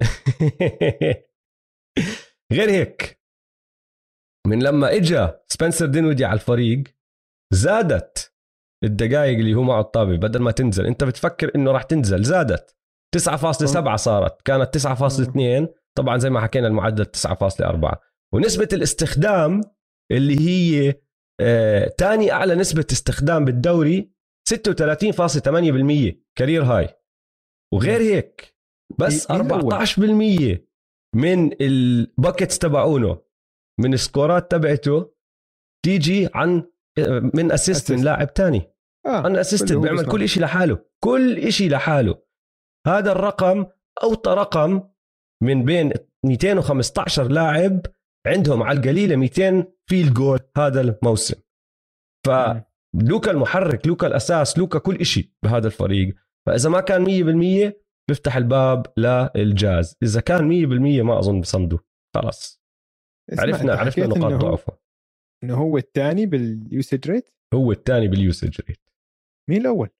غير هيك من لما اجا سبنسر دينودي على الفريق زادت الدقائق اللي هو معه الطابة. بدل ما تنزل انت بتفكر انه راح تنزل، زادت 9.7 صارت، كانت 9.2. طبعا زي ما حكينا المعدل 9.4. ونسبة الاستخدام اللي هي تاني أعلى نسبة استخدام بالدوري 36.8% كارير هاي. وغير هيك بس 14% من الباكتس تبعونه من السكورات تبعته تيجي عن من أسيست من لاعب تاني. عن أسيست بيعمل كل إشي لحاله. هذا الرقم أوطى رقم من بين 215 لاعب عندهم على القليلة 200 فيل جول هذا الموسم. فلوكا المحرك، لوكا الأساس، لوكا كل إشي بهذا الفريق. فإذا ما كان 100% بيفتح الباب للجاز، إذا كان 100% ما أظن بصمده. خلاص عرفنا نقاط ضعفه. إنه هو الثاني باليوسج ريت. هو الثاني باليوسج ريت. مين الأول؟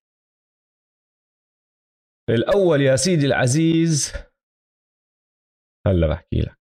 الأول يا سيدي العزيز هلا بحكي لك.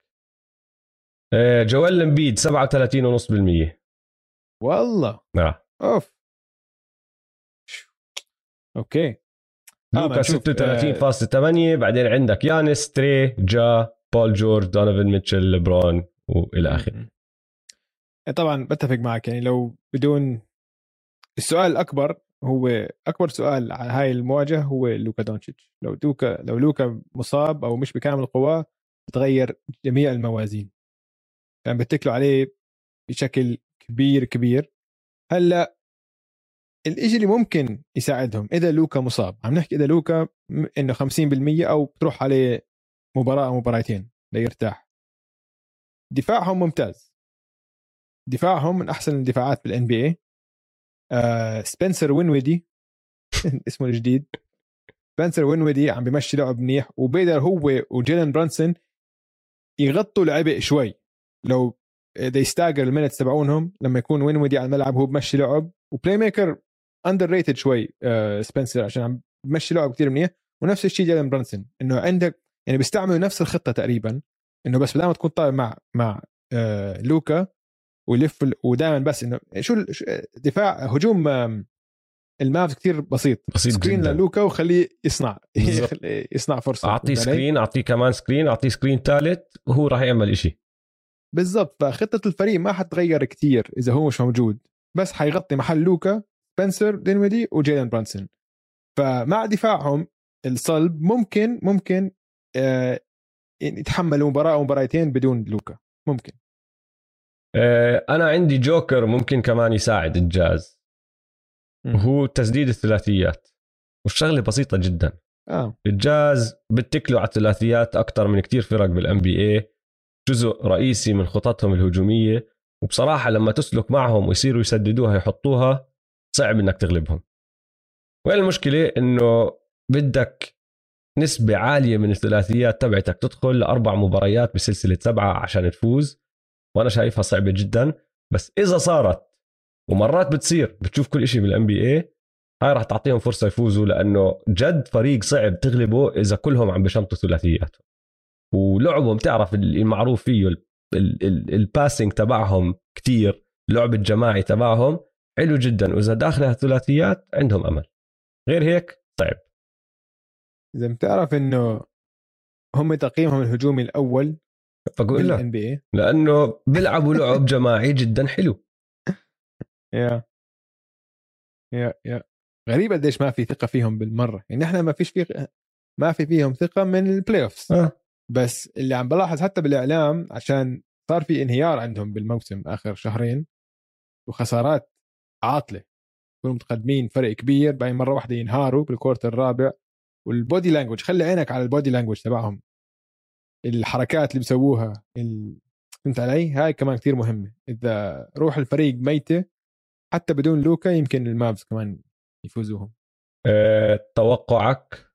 جوال امبيد 37.5%. والله اوف اوكي. لوكا 36.8. بعدين عندك يانس، تري، جا، بول جورج، دونيفن ميتشل، ليبرون والى اخره. طبعا بتفق معك، يعني لو بدون السؤال الاكبر، هو اكبر سؤال على هاي المواجهه هو لوكا دونتشيتش. لو لوكا مصاب او مش بكامل قواه بتغير جميع الموازين، كان بتكلوا عليه بشكل كبير كبير. هلا الاشي اللي ممكن يساعدهم اذا لوكا مصاب، عم نحكي اذا لوكا انه 50% او بتروح عليه مباراه او مباراتين ليرتاح. دفاعهم ممتاز، دفاعهم من احسن الدفاعات بالان بي اي. سبنسر وينويدي اسمه الجديد، سبنسر وينويدي عم بيمشي لعب منيح، وبيقدر هو وجيلن برانسون يغطوا العبء شوي. لو اذا يستاجر المينتس تبعونهم لما يكون وينويدي على الملعب هو بمشي لعب وبلاي ميكر اندر ريتد شوي. سبنسر عشان عم بمشي لعب كتير منيح، ونفس الشيء جيلن برانسون انه عندك يعني بيستعملوا نفس الخطه تقريبا، انه بس بدل ما تكون طالع مع لوكا ويلف ودائما بس انه شو دفاع هجوم المافز كتير بسيط سكرين جدا للوكا وخليه يصنع فرصه. اعطيه سكرين، اعطيه كمان سكرين، اعطيه سكرين ثالث وهو راح يعمل إشي بالضبط. فخطه الفريق ما حتغير كتير اذا هو مش موجود، بس حيغطي محل لوكا، سبنسر دينويدي وجيلن برانسون. فمع دفاعهم الصلب ممكن يتحملوا مباراه او مباراتين بدون لوكا ممكن. انا عندي جوكر ممكن كمان يساعد الجاز، وهو تسديد الثلاثيات، والشغله بسيطه جدا. الجاز بتكلوا على الثلاثيات اكثر من كتير فرق بالان بي اي، جزء رئيسي من خططهم الهجوميه، وبصراحه لما تسلك معهم ويصيروا يسددوها يحطوها صعب انك تغلبهم. وين المشكله؟ انه بدك نسبه عاليه من الثلاثيات تبعتك تدخل ل4 مباريات بسلسله 7 عشان تفوز، وانا شايفها صعبه جدا. بس اذا صارت، ومرات بتصير، بتشوف كل إشي بالان بي اي، هاي راح تعطيهم فرصه يفوزوا، لانه جد فريق صعب تغلبه اذا كلهم عم بشمطوا ثلاثياتهم. ولعبهم تعرف المعروف فيه الباسنج تبعهم كتير، لعب الجماعي تبعهم حلو جدا، واذا داخلها الثلاثيات عندهم امل، غير هيك صعب. اذا بتعرف انه هم تقييمهم الهجومي الاول فقول لك لانه بيلعبوا لعب جماعي جدا حلو. يا غريبه قديش ما في ثقه فيهم بالمره، يعني احنا ما في فيهم ثقه من البلاي اوفز. بس اللي عم بلاحظ حتى بالاعلام، عشان صار في انهيار عندهم بالموسم اخر شهرين وخسارات عاطله، يكونوا متقدمين فرق كبير باي مره واحده ينهاروا بالكورت الرابع. والبودي لانجوج، خلي عينك على البودي لانجوج تبعهم، الحركات اللي بيسووها، فهمت علي؟ هاي كمان كتير مهمه. اذا روح الفريق ميته حتى بدون لوكا يمكن المافز كمان يفوزوهم. توقعك؟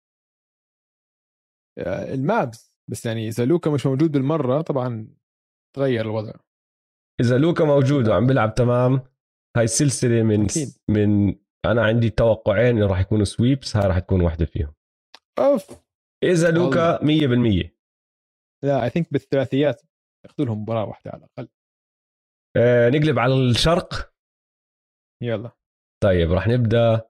المافز، بس يعني اذا لوكا مش موجود بالمره طبعا تغير الوضع. اذا لوكا موجود وعم بيلعب تمام، هاي السلسله من انا عندي توقعين راح يكونوا سويبس، هاي راح تكون واحده فيهم. اذا لوكا 100%. لا، اي ثينك بالثلاثيات ياخذوا لهم مباراه واحده على الاقل. نقلب على الشرق. يلا طيب راح نبدا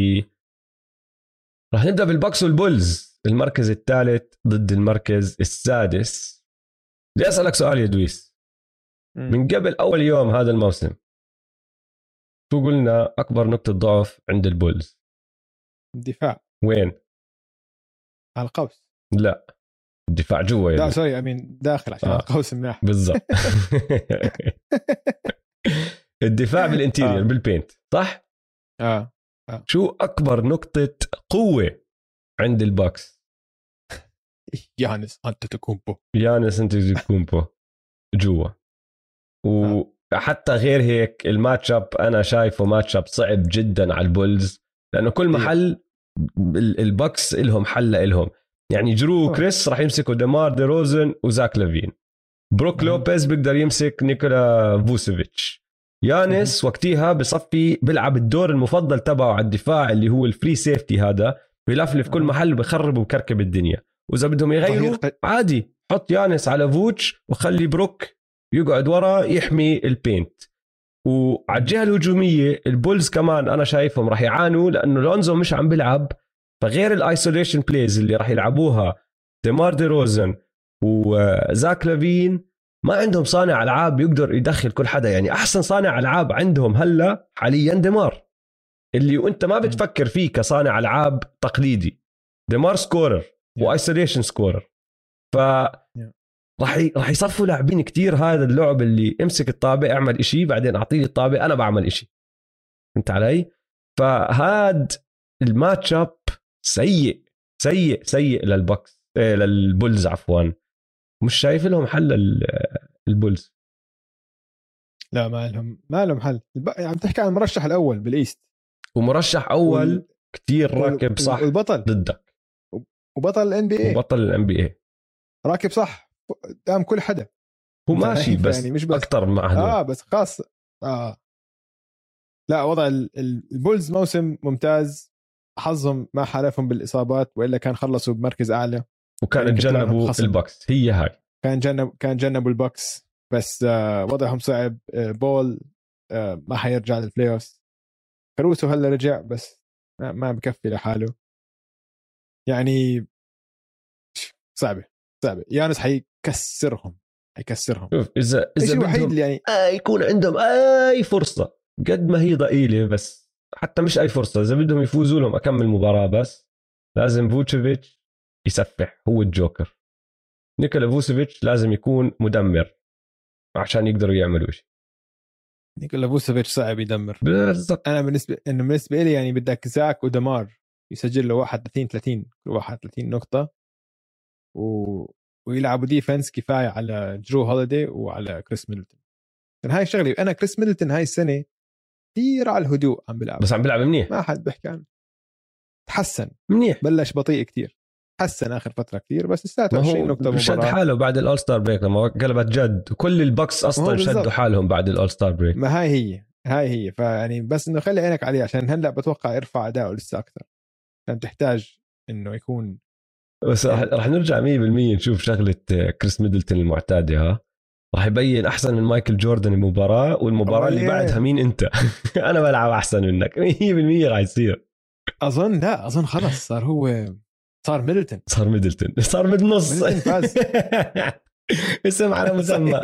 بالباكس والبولز، المركز الثالث ضد المركز السادس. بدي اسالك سؤال يا دويس، من قبل اول يوم هذا الموسم شو قلنا اكبر نقطه ضعف عند البولز؟ الدفاع. وين؟ على القوس. لا، الدفاع جوا. لا سوري، امين داخل عشان القوس مناح. بالضبط. الدفاع بالانتيريور بالبينت، صح؟ شو اكبر نقطه قوه عند الباكس؟ يانس أنتetokounمبو جوا. وحتى غير هيك الماتش اب انا شايفه ماتش اب صعب جدا على البولز، لانه كل محل الباكس لهم حل لهم. يعني جرو كريس راح يمسكوا ديمار دي روزن وزاك لافين، بروك لوبيز بيقدر يمسك نيكولا فوسيفيتش، يانس وقتها بصفي بيلعب الدور المفضل تبعه على الدفاع اللي هو الفري سيفتي، هذا بيلفلف كل محل وبيخرب وبكركب الدنيا. وإذا بدهم يغيروا عادي حط يانس على فوتش وخلي بروك يقعد ورا يحمي البينت. وعلى الجهة الهجومية البولز كمان أنا شايفهم راح يعانوا، لأنه لونزو مش عم بيلعب فغير الايسوليشن بلايز اللي راح يلعبوها ديمار دي روزن وزاك لافين، ما عندهم صانع العاب يقدر يدخل كل حدا. يعني احسن صانع العاب عندهم هلا حاليا ديمار، اللي وانت ما بتفكر فيه كصانع العاب تقليدي. ديمار سكورر وايسوليشن سكورر. ف راح يصفوا لاعبين كتير. هذا اللعب اللي امسك الطابع اعمل إشي بعدين اعطيني الطابع انا بعمل إشي. انت علي؟ فهاد الماتش اب سيء سيء سيء للبوكس للبولز عفوا. مش شايف لهم حل البولز. لا ما لهم حل. عم تحكي عن المرشح الاول بالايست، ومرشح اول كتير راكب صح والبطل ضدك، وبطل الان بي اي، وبطل الان بي اي راكب صح قدام كل حدا. هو ماشي بس يعني مش بس اكتر مع هذول بس خاص لا وضع البولز موسم ممتاز، حظهم ما حالفهم بالاصابات والا كان خلصوا بمركز اعلى وكان يعني تجنبوا البوكس. هي هاي كان جنبوا البوكس بس وضعهم صعب. بول ما حيرجع للبلاي اوف. كاروسو هلا رجع بس ما بكفي لحاله. يعني صعبة يانس حيكسرهم. شوف اذا الوحيد اللي يعني يكون عندهم اي فرصة قد ما هي ضئيلة، بس حتى مش اي فرصة، اذا بدهم يفوزوا لهم اكمل مباراة بس لازم فوتشيفيتش يسفح. هو الجوكر. نيكولا فوسيفيتش لازم يكون مدمر عشان يقدروا يعملوا شيء. نيكولا فوسيفيتش صعب يدمر بالضبط. انا بالنسبه لي يعني بدك زاك ودمار يسجل له 31 كل واحد 30 نقطه ويلعبوا ديفنس كفايه على جرو هوليدي وعلى كريس ميدلتون. هاي الشغله انا كريس ميدلتون هاي السنه كثير على الهدوء عم بيلعب، بس عم بيلعب منيح، ما حد بيحكي عنه. تحسن منيح، بلش بطيء كتير، حسن اخر فتره كتير بس لساته 20 نقطه مباراه. شد حاله بعد الاول ستار بريك لما قلبت جد. كل البوكس اصلا شدوا حالهم بعد الاول ستار بريك. ما هاي هي فيعني بس انه خلي عينك عليه عشان هلا بتوقع يرفع اداؤه لسه اكثر. فانت تحتاج انه يكون بس رح نرجع 100% نشوف شغله كريس ميدلتون المعتاده. ها راح يبين احسن من مايكل جوردن المباراه، والمباراه اللي بعدها مين انت. انا بلعب احسن منك 100% راح يصير. اظن خلص صار ميدلتون صار بالنص فاز. اسم على مسمى.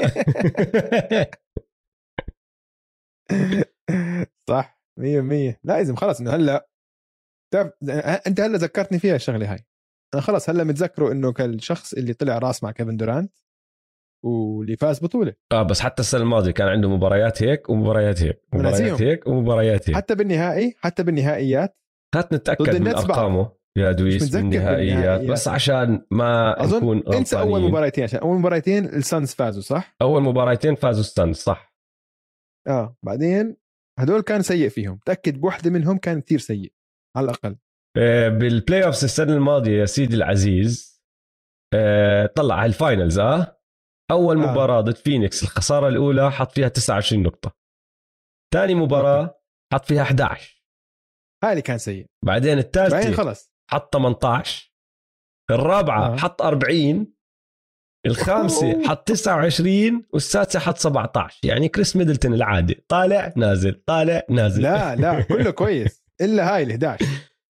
صح 100%. لازم خلص انه هلا انت هلا ذكرتني فيها الشغله هاي. انا خلص هلا متذكره انه كالشخص اللي طلع راس مع كيفن دورانت واللي فاز بطوله. بس حتى السنه الماضيه كان عنده مباريات هيك ومباريات هيك ومباريات هيك ومباريات هيك. حتى بالنهائيات هات نتاكد من ارقامه يا دويس بالنهائيات بس عشان ما نكون غلطانين. انسى اول مباراتين، عشان اول مباراتين السانز فازوا صح. اول مباراتين فازوا السانز صح. بعدين هدول كان سيء فيهم. تاكد بوحده منهم كان كتير سيء على الاقل. بالبلاي اوفز السنه الماضيه يا سيدي العزيز طلع على الفاينلز. اول مباراه ضد فينيكس الخساره الاولى حط فيها 29 نقطه. ثاني مباراه حط فيها 11. هاي اللي كان سيء. بعدين الثالثه خلص حط 18. الرابعه حط 40. الخامسه حط 29 والسادسه حط 17. يعني كريس ميدلتون العادي طالع نازل طالع نازل. لا كله كويس الا هاي ال11.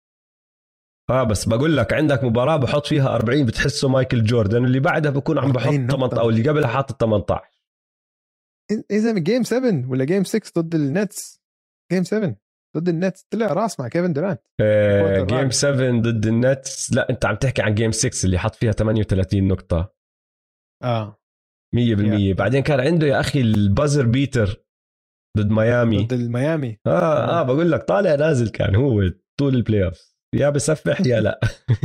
بس بقول لك عندك مباراة بحط فيها 40 بتحسه مايكل جوردن، اللي بعدها بكون عم بحط 18 أو اللي قبلها حاطط 18. إذا من جيم 7 ولا جيم 6 ضد النتس. جيم 7 ضد النتس طلع راس مع كيفن دورانت. جيم 7 ضد النتس لا أنت عم تحكي عن جيم 6 اللي حط فيها 38 نقطة. 100%. بعدين كان عنده يا أخي البازر بيتر ضد ميامي. ضد الميامي. بقول لك طالع نازل كان هو طول البلاي اوف، يا بسفح يا لا.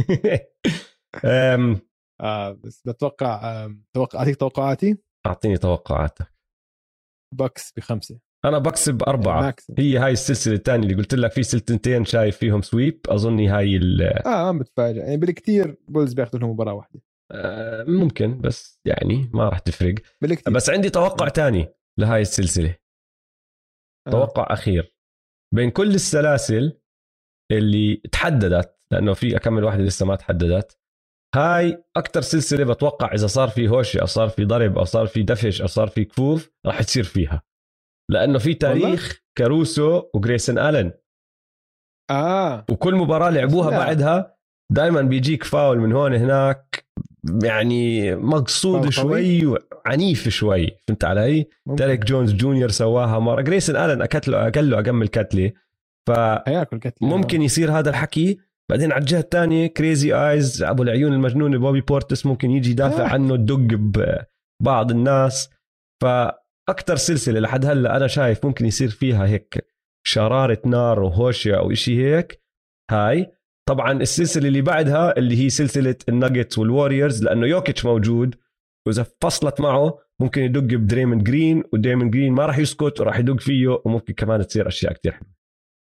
بس بتوقع أعطيك توقعاتي. أعطيني توقعاتك. بكس ب5. أنا بكس ب4. هي هاي السلسلة الثانية اللي قلت لك في سلسلتين شايف فيهم سويب. أظني هاي بتفاجئ يعني بالكتير بولز بياخذوا لهم مباراة واحدة. ممكن بس يعني ما راح تفرق بالكتير. بس عندي توقع تاني لهاي السلسلة. توقع أخير بين كل السلاسل اللي تحددت، لأنه في أكمل واحدة لسه ما تحددت. هاي أكتر سلسلة بتوقع إذا صار في هوشة أو صار في ضرب أو صار في دفش أو صار في كفوف راح تصير فيها، لأنه في تاريخ كاروسو وغريسون آلن. وكل مباراة لعبوها بعدها دائما بيجيك فاول من هون هناك، يعني مقصود شوي وعنيف شوي، فهمت علي؟ ديريك جونز جونيور سواها مرة، جريسون آلن أكل له أقم الكتلة، فممكن يصير هذا الحكي. بعدين على الجهة الثانية كريزي آيز أبو العيون المجنون بوبي بورتس ممكن يجي يدافع عنه الدق ببعض الناس. فأكتر سلسلة لحد هلأ أنا شايف ممكن يصير فيها هيك شرارة نار وهوشة أو إشي هيك، هاي طبعا السلسلة اللي بعدها اللي هي سلسلة الناجتس والواريورز، لأنه يوكيتش موجود، وإذا فصلت معه ممكن يدق بدريموند جرين، ودريموند جرين ما راح يسكت وراح يدق فيه، وممكن كمان تصير أشياء كتير حلوة.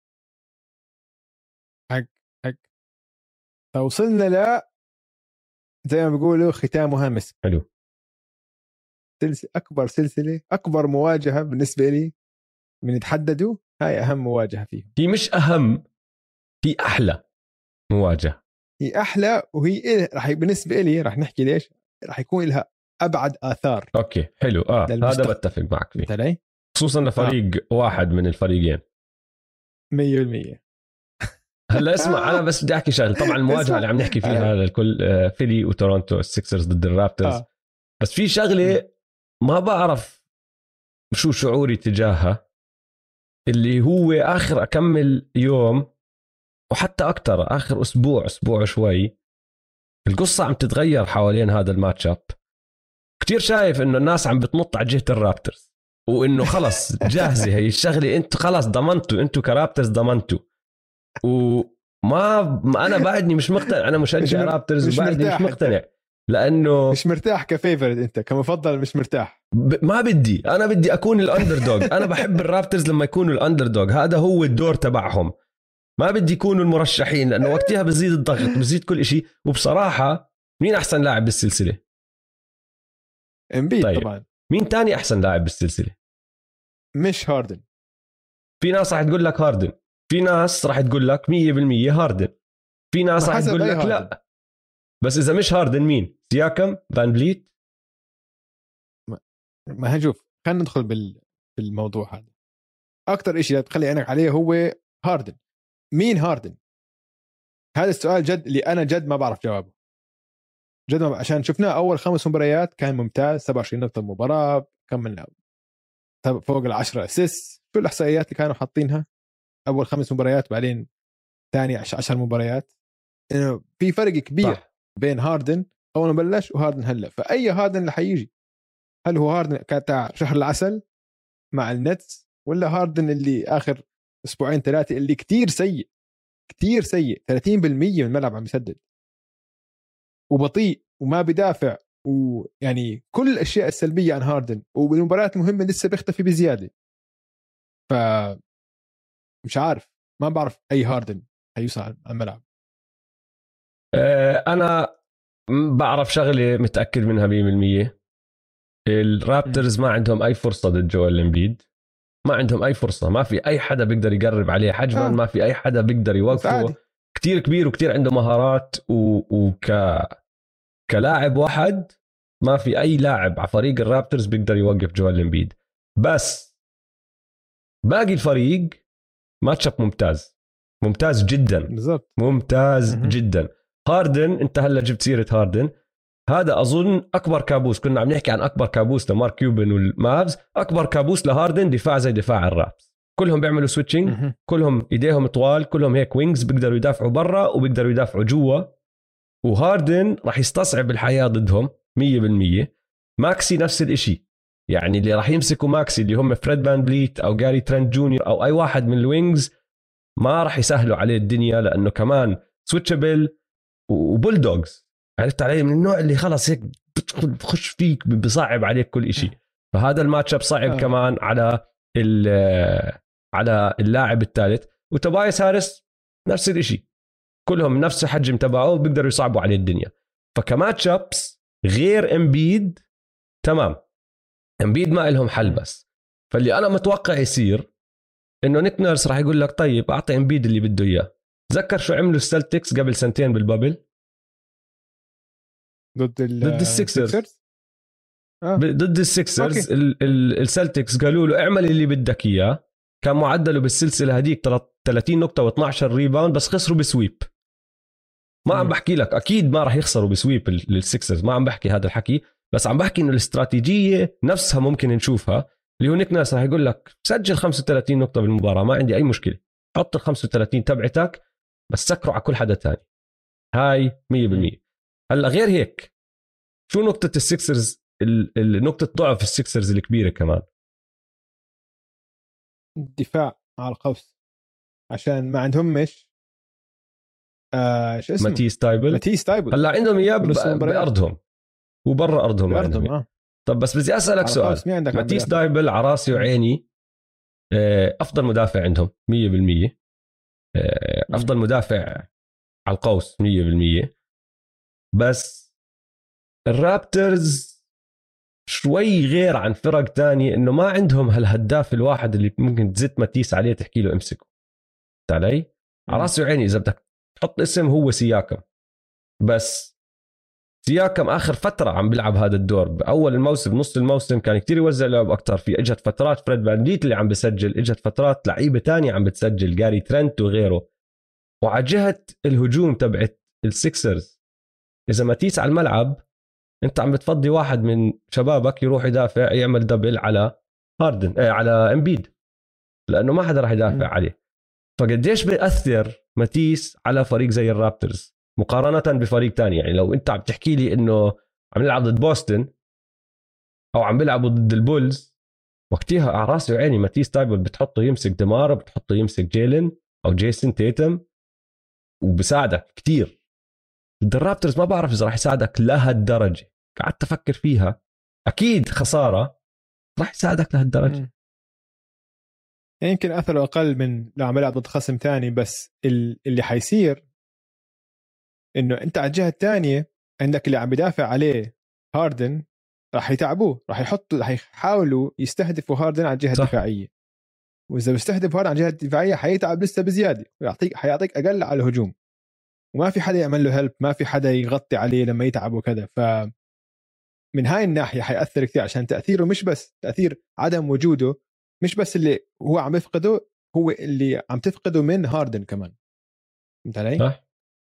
حق فوصلنا ل زي ما بيقولوا ختامها مسك. حلو. أكبر سلسلة، أكبر مواجهة بالنسبة لي من يتحددوا، هاي أهم مواجهة فيهم. هي مش أهم، هي أحلى مواجهة، هي أحلى، وهي راح بالنسبة لي راح نحكي ليش راح يكون لها أبعد آثار. أوكي حلو. هذا بتفق معك فيه، خصوصا لفريق واحد من الفريقين 100%. هلا اسمع، أنا بس بدي أحكي شغله. طبعا المواجهة اللي عم نحكي فيها للكل فيلي وتورونتو السيكسرز ضد الرابترز، بس في شغلة ما بعرف شو شعوري تجاهها، اللي هو آخر أكمل يوم وحتى أكتر آخر أسبوع شوي، القصة عم تتغير حوالين هذا الماتش اب. كتير شايف إنه الناس عم بتنط على جهة الرابترز، وإنه خلص جاهزة هي الشغلة، أنتوا خلص ضمنتوا، أنتوا كرابترز ضمنتوا. وما أنا بعدني مش مقتنع، أنا مشجع رابترز وبعدني مش مقتنع، لأنه مش مرتاح كفيفورت، أنت كمفضل مش مرتاح. ما بدي، أنا بدي أكون الأندردوغ. أنا بحب الرابترز لما يكونوا الأندردوغ، هذا هو الدور تبعهم. ما بدي يكونوا المرشحين، لأنه وقتها بزيد الضغط، بزيد كل إشي. وبصراحة مين أحسن لاعب بالسلسلة؟ امبيد. طيب. طبعا مين تاني أحسن لاعب بالسلسلة؟ مش هاردن. في ناس راح تقول لك هاردن، في ناس راح تقول لك 100% هاردن، في ناس راح تقول لك لا. بس إذا مش هاردن مين؟ سياكم، فان بليت. ما هنشوف، خلينا ندخل بالموضوع هذا. أكتر إشي تخلي عينك عليه هو هاردن. مين هاردن؟ هذا السؤال جد اللي أنا جد ما بعرف جوابه، جد ما عشان شفناه أول 5 مباريات كان ممتاز، 27 نقطة مباراة، كملنا فوق 10 أسيس، شو الإحصائيات اللي كانوا حاطينها أول 5 مباريات، بعدين ثاني 10 مباريات. إنه في فرق كبير صح بين هاردن أول ما بلش وهاردن هلا. فأي هاردن اللي حيجي، هل هو هاردن كان شهر العسل مع النتس، ولا هاردن اللي آخر 2-3 اللي كتير سيء، كتير سيء، 30% من الملعب عم يسدد وبطيء وما بدافع، ويعني كل الأشياء السلبية عن هاردن، وبالمباريات المهمة لسه بيختفي بزيادة. ف مش عارف، ما بعرف أي هاردن هيوصل على الملعب. أنا بعرف شغلة متأكد منها 100%، الرابترز ما عندهم أي فرصة ضد جويل امبيد، ما عندهم أي فرصة، ما في أي حدا بيقدر يقرب عليه حجما، ما في أي حدا بيقدر يوقفه. كتير كبير وكتير عنده مهارات، كلاعب واحد ما في أي لاعب على فريق الرابترز بيقدر يوقف جويل امبيد. بس باقي الفريق ماتشاب ممتاز جدا بالزبط. ممتاز جدا. هاردن، انت هلا جبت سيرة هاردن، هذا أظن أكبر كابوس. كنا عم نحكي عن أكبر كابوس لمارك كيوبن والمافز، أكبر كابوس لهاردن دفاع زي دفاع الرابس. كلهم بيعملوا سويتشنج، كلهم إيديهم طوال، كلهم هيك وينجز، بيقدروا يدافعوا برا وبيقدروا يدافعوا جوا. وهاردن راح يستصعب الحياة ضدهم 100%. ماكسي نفس الاشي، يعني اللي راح يمسكوا ماكسي اللي هم فريد فان بليت أو جاري ترنت جونيور أو أي واحد من الوينجز، ما راح يسهلوا عليه الدنيا، لأنه كمان سويتشابل وبولدوغز، عرفت علي، من النوع اللي خلص هيك بخش فيك، بصعب عليك كل إشي. فهذا الماتش اب صعب كمان على اللاعب الثالث. وتوبايس هاريس نفس الإشي، كلهم نفس الحجم تبعه، بيقدروا يصعبوا عليه الدنيا. فكماتش ابس غير امبيد تمام، امبيد ما لهم حل. بس فاللي انا متوقع يصير انه نيك نيرس راح يقول لك طيب اعطي امبيد اللي بده اياه. تذكر شو عملوا السلتكس قبل 2 سنين بالبابل ضد السيكسرز. ضد السيكسرز السلتكس قالوا له اعمل اللي بدك اياه، كان معدله بالسلسله هديك 30 نقطه و12 ريباوند، بس خسروا بسويب. ما عم بحكي لك اكيد ما راح يخسروا بسويب للسيكسرز، ما عم بحكي هذا الحكي، بس عم بحكي انه الاستراتيجيه نفسها ممكن نشوفها، اللي هو نيك ناس راح يقول لك سجل 35 نقطه بالمباراه، ما عندي اي مشكله، حط ال 35 تبعتك، بس سكروا على كل حدا تاني. هاي 100%. هلا غير هيك، شو نقطه السيكسرز، نقطه ضعف السيكسرز الكبيره كمان؟ الدفاع على القوس، عشان ما عندهم مش شو اسمه ماتيس تايبل. هلا عندهم اياه بارضهم وبرا ارضهم عندهم. طب بس بدي اسالك سؤال، ماتيس تايبل على راسي وعيني، افضل مدافع عندهم 100%، افضل مدافع على القوس 100%. بس الرابترز شوي غير عن فرق تانية، انه ما عندهم هالهداف الواحد اللي ممكن تزت ماتيس عليه تحكي له امسكه. علي على راسي وعيني، اذا بدك تحط اسم هو سياكم، بس سياكم اخر فتره عم بيلعب هذا الدور. باول الموسم نص الموسم كان كتير يوزع لعب اكتر، في اجت فترات فريد فان فليت اللي عم بسجل، اجت فترات لعيبه تانية عم بتسجل، جاري ترنت وغيره. وعلى جهه الهجوم تبعت السيكسرز، اذا ماتيس على الملعب انت عم بتفضي واحد من شبابك يروح يدافع، يعمل دبل على هاردن على امبيد، لانه ما حدا راح يدافع عليه. فقديش بيأثر ماتيس على فريق زي الرابترز مقارنة بفريق تاني؟ يعني لو انت عم تحكي لي انه عم نلعب ضد بوسطن او عم بيلعبوا ضد البولز، وقتها على راسي وعيني ماتيس تايبل بتحطه يمسك دمار، بتحطه يمسك جيلن او جيسون تيتم، وبساعدك كتير. ضد الرابترز ما بعرف اذا راح يساعدك لهالدرجة. قعدت افكر فيها، اكيد خسارة، راح يساعدك لهالدرجة. يمكن اثره اقل من لو عم يلعب ضد خصم تاني، بس اللي حيصير انه انت على الجهه الثانيه عندك اللي عم بدافع عليه هاردن، راح يتعبوه، راح يحاولوا يستهدفوا هاردن على الجهه الدفاعيه، واذا بيستهدف هاردن على الجهه الدفاعيه حيتعب لسه بزياده، حيعطيك اقل على الهجوم، وما في حدا يعمل له هيلب، ما في حدا يغطي عليه لما يتعب وكذا. ف من هاي الناحيه حيأثر كثير، عشان تاثيره مش بس تاثير عدم وجوده، مش بس اللي هو عم يفقده، هو اللي عم تفقده من هاردن كمان. فهمت علي؟ صح.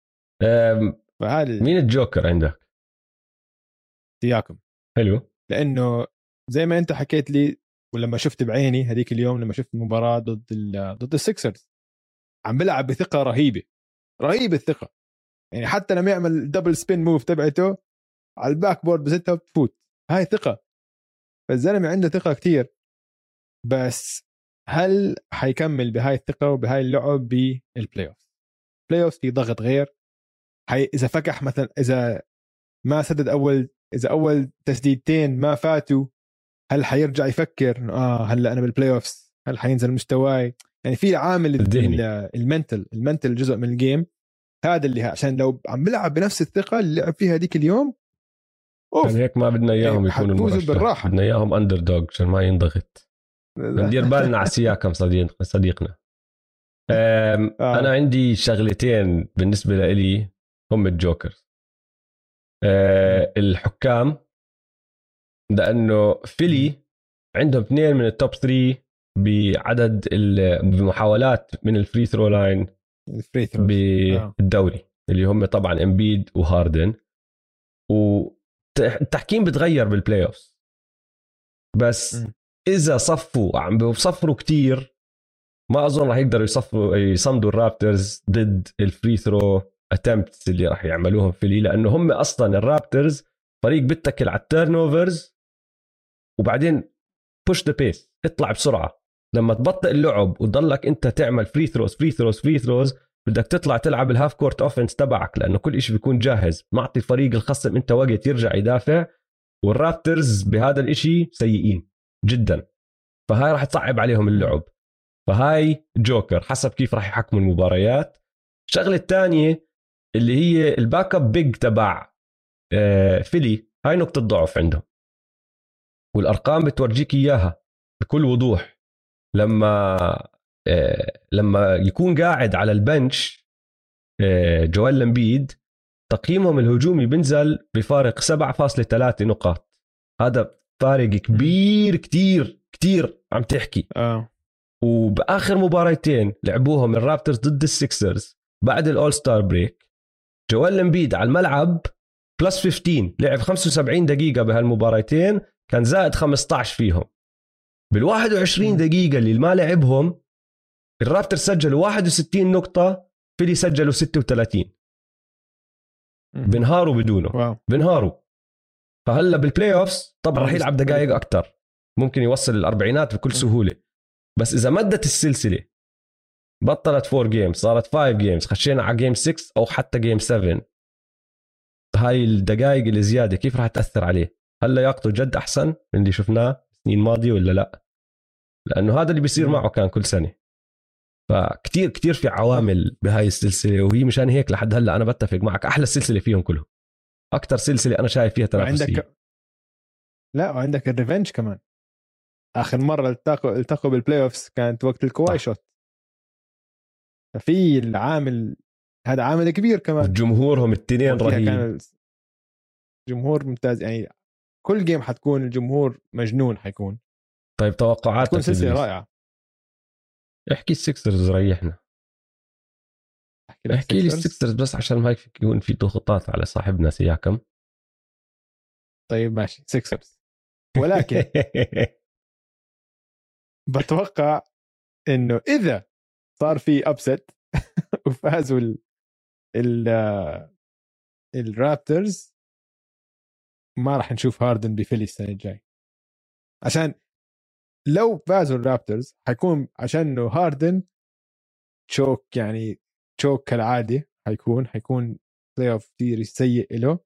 مين الجوكر عندك؟ سياكم. حلو، لانه زي ما انت حكيت لي، ولما شفت بعيني هذيك اليوم لما شفت المباراه ضد السيكسرز، عم بلعب بثقه رهيبه الثقه. يعني حتى لما يعمل دبل سبين موف تبعته على الباك بورد بزتها بتفوت، هاي ثقه. فالزلمه عنده ثقه كتير، بس هل حيكمل بهاي الثقه وبهاي اللعب بالبلاي اوف؟ البلاي اوف في ضغط غير. اذا فكح مثلا، اذا ما سدد اذا اول تسديدتين ما فاتوا، هل حيرجع يفكر هلا انا بالبلاي اوفز، هل حينزل مستواي؟ يعني في عامل المنتل جزء من الجيم هذا، اللي عشان لو عم بلعب بنفس الثقه اللي لعب فيها هذيك اليوم، يعني هيك ما بدنا اياهم يكونوا المرشح، بدنا اياهم اندر دوغ عشان ما ينضغط. ندير بالنا على سياكم صديقنا. انا عندي شغلتين بالنسبه لي هم الجوكرز. الحكام، لانه فيلي عندهم 2 من التوب 3 بعدد المحاولات من الفري ثرو لاين بالدوري، اللي هم طبعا امبيد وهاردن. والتحكيم بتغير بالبلاي اوف، بس اذا عم بيصفروا كتير، ما اظن راح يقدروا يصمدوا الرابترز ضد الفري ثرو اتمبتس اللي راح يعملوهم فيلي، لانه هم اصلا الرابترز فريق بتتكل على التيرن اوفرز، وبعدين بوش ذا بيس، اطلع بسرعه. لما تبطئ اللعب وتضلك انت تعمل فري ثروز بدك تطلع تلعب الهاف كورت اوفنس تبعك، لانه كل إشي بيكون جاهز، معطي الفريق الخصم انت وقت يرجع يدافع. والرابترز بهذا الإشي سيئين جدا، فهاي راح تصعب عليهم اللعب. فهاي جوكر حسب كيف راح يحكموا المباريات. الشغله الثانيه اللي هي الباك اب بيج تبع فيلي، هاي نقطه ضعف عندهم، والارقام بتورجيك اياها بكل وضوح. لما يكون قاعد على البنش جويل امبيد، تقييمهم الهجومي بنزل بفارق 7.3 نقاط. هذا فارق كبير كتير كتير. عم تحكي وبآخر مباراتين لعبوهم الرابترز ضد السيكسرز بعد الأول ستار بريك، جوال امبيد على الملعب بلس 15، لعب 75 دقيقة بهالمباراتين، كان زائد 15 فيهم. بال21 دقيقة اللي ما لعبهم الرابتر سجلوا 61 نقطة، فيلي سجلوا 36. بنهاروا بدونه، بنهاروا. فهلا بالبلاي اوفس طبعا راح يلعب دقائق أكتر، ممكن يوصل الأربعينات بكل سهولة. بس إذا مدت السلسلة بطلت 4 جيمز صارت 5 جيمز، خشينا على جيم 6 أو حتى جيم 7، هاي الدقائق اللي زيادة كيف راح تأثر عليه؟ هل لياقته جد أحسن من اللي شفناه سنين ماضية ولا لا؟ لأنه هذا اللي بيصير معه كان كل سنة. فكتير كتير في عوامل بهاي السلسلة، وهي مشان هيك لحد هلا أنا بتفق معك أحلى السلسلة فيهم كلهم، أكتر سلسلة أنا شايف فيها تنافسية. لا وعندك الريفنج كمان، آخر مرة التقوا بالبلاي أوفس كانت وقت الكواي شوت، ففي العامل هذا عامل كبير كمان. جمهورهم التنين رهيب، جمهور ممتاز، يعني كل جيم حتكون الجمهور مجنون حيكون. طيب توقعاتك؟ حتكون سلسلة رائعة. احكي السكسرز ريحنا، احكي لي السكسرز بس عشان ما يكون في ضغوطات على صاحبنا سياكم. طيب ماشي سكسرز، ولكن بتوقع انه اذا صار في ابست وفازوا الرابترز ما راح نشوف هاردن بفيلي السنه الجاي، عشان لو فازوا الرابترز حيكون عشان هاردن تشوك، يعني تشوك كالعاده حيكون بلاي اوف كثير سيء له،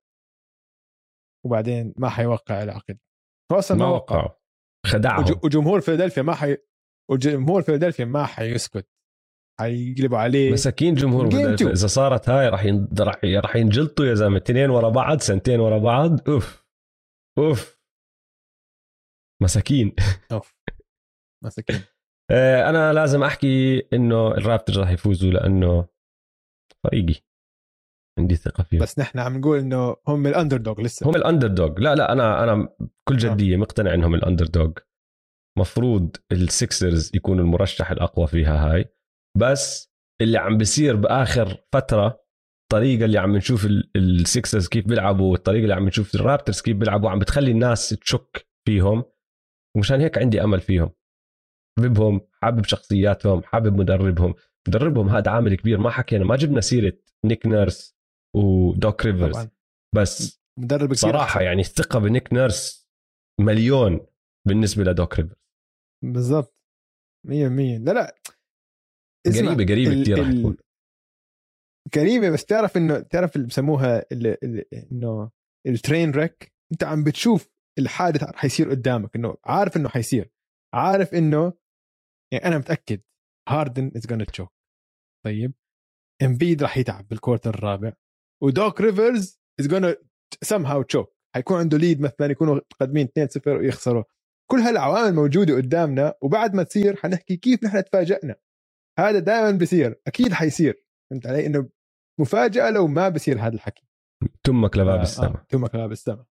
وبعدين ما حيوقع العقد. هو اصلا ما وقع، خدعهم. وجمهور فيلادلفيا وجمهور فيلادلفيا ما حيسكت، حيقلبوا عليه مساكين جمهور فيلادلفيا. اذا صارت هاي راح ينجلطوا يا زلمه، 2 ورا بعض، 2 سنين ورا بعض. اوف مساكين. مساكين. انا لازم احكي انه الرابترز راح يفوزوا لانه فريقي، عندي ثقه فيهم. بس نحن عم نقول انه هم الاندر دوغ، لسه هم الاندر دوغ. لا انا بكل جديه مقتنع انهم الاندر دوغ. مفروض السيكسرز يكونوا المرشح الاقوى فيها هاي، بس اللي عم بيصير باخر فتره، الطريقه اللي عم نشوف السيكسرز كيف بيلعبوا والطريقه اللي عم نشوف الرابترز كيف بيلعبوا عم بتخلي الناس تشك فيهم، ومشان هيك عندي امل فيهم. حاببهم، حابب شخصياتهم، حابب مدربهم هذا عامل كبير. ما حكينا، ما جبنا سيره نيك نيرس ودوك ريفرز طبعاً. بس مدرب صراحه يعني الثقه بنيك نيرس مليون بالنسبه لدوك ريفرز. بالضبط 100%. لا قريبه كثير راح تكون قريبه. بس تعرف اللي بسموها انه الترين ريك، انت عم بتشوف الحادث رح يصير قدامك، انه عارف انه حيصير، عارف انه يعني انا متاكد هاردن از جونا تشوك. طيب امبيد رح يتعب بالكورتر الرابع، ودوك ريفرز از جونا somehow تشوك، حيكون عنده ليد مثلا يكونوا متقدمين 2-0 ويخسروا. كل هالعوامل موجوده قدامنا، وبعد ما تصير حنحكي كيف نحن تفاجئنا. هذا دائما بيصير، اكيد حيصير. فهمت علي؟ انه مفاجاه لو ما بيصير هذا الحكي. تمك لباب السماء. تمك لباب السماء.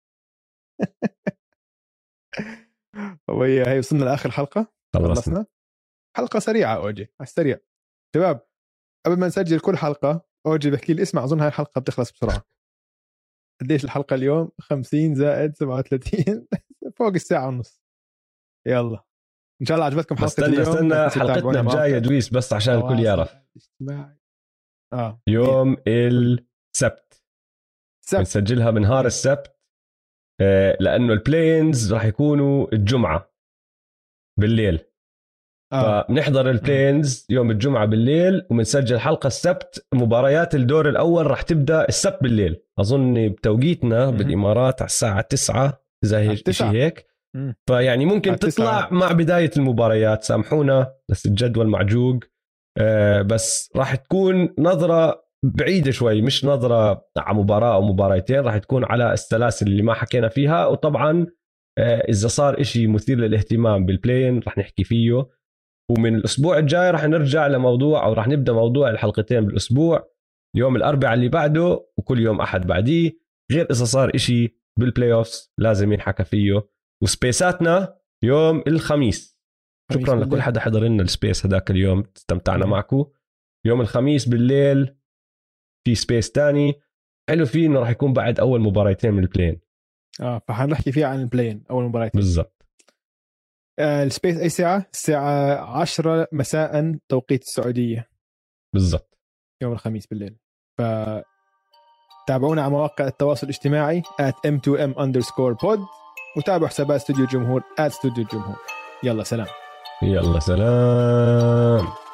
وهي وصلنا لاخر حلقه، خلصنا حلقه سريعه. اوجي على السريع شباب، قبل ما نسجل كل حلقه اوجي بحكي لي اسمع، اظن هاي الحلقه بتخلص بسرعه. قديش الحلقه اليوم؟ 50 زائد 37 فوق الساعه ونص. يلا ان شاء الله عجبتكم حلقه اليوم. استنى حلقتنا الجايه دويس بس عشان الكل يعرف. يوم السبت بنسجلها بنهار السبت، لانه البلينز راح يكونوا الجمعه بالليل. فبنحضر البلينز يوم الجمعه بالليل وبنسجل حلقه السبت. مباريات الدور الاول راح تبدا السبت بالليل، اظن بتوقيتنا بالامارات على الساعه 9 اذا هيك شيء هيك. فيعني ممكن تطلع مع بدايه المباريات، سامحونا بس الجدول معجوق. بس راح تكون نظره بعيده شوي، مش نظره على مباراه او مباراتين، راح تكون على السلاسل اللي ما حكينا فيها. وطبعا اذا صار إشي مثير للاهتمام بالبلاين راح نحكي فيه. ومن الأسبوع الجاي راح نرجع لموضوع، أو راح نبدأ موضوع الحلقتين بالأسبوع، يوم الأربعاء اللي بعده وكل يوم أحد بعديه، غير إذا صار إشي بالبلاي أوفس لازم ينحكى فيه. وسبيساتنا يوم الخميس شكرا لكل حدا حضر لنا السبيس هداك اليوم، استمتعنا معكم. يوم الخميس بالليل في سبيس تاني حلو فيه انه راح يكون بعد اول مباراتين من البلين. فحنحكي فيها عن البلين اول مباراتين بالضبط. السبيس اي ساعه؟ الساعه 10 مساء توقيت السعوديه بالضبط يوم الخميس بالليل. تابعونا على مواقع التواصل الاجتماعي @m2m_pod وتابعوا حسابات استوديو الجمهور @استوديو الجمهور. يلا سلام. يلا سلام.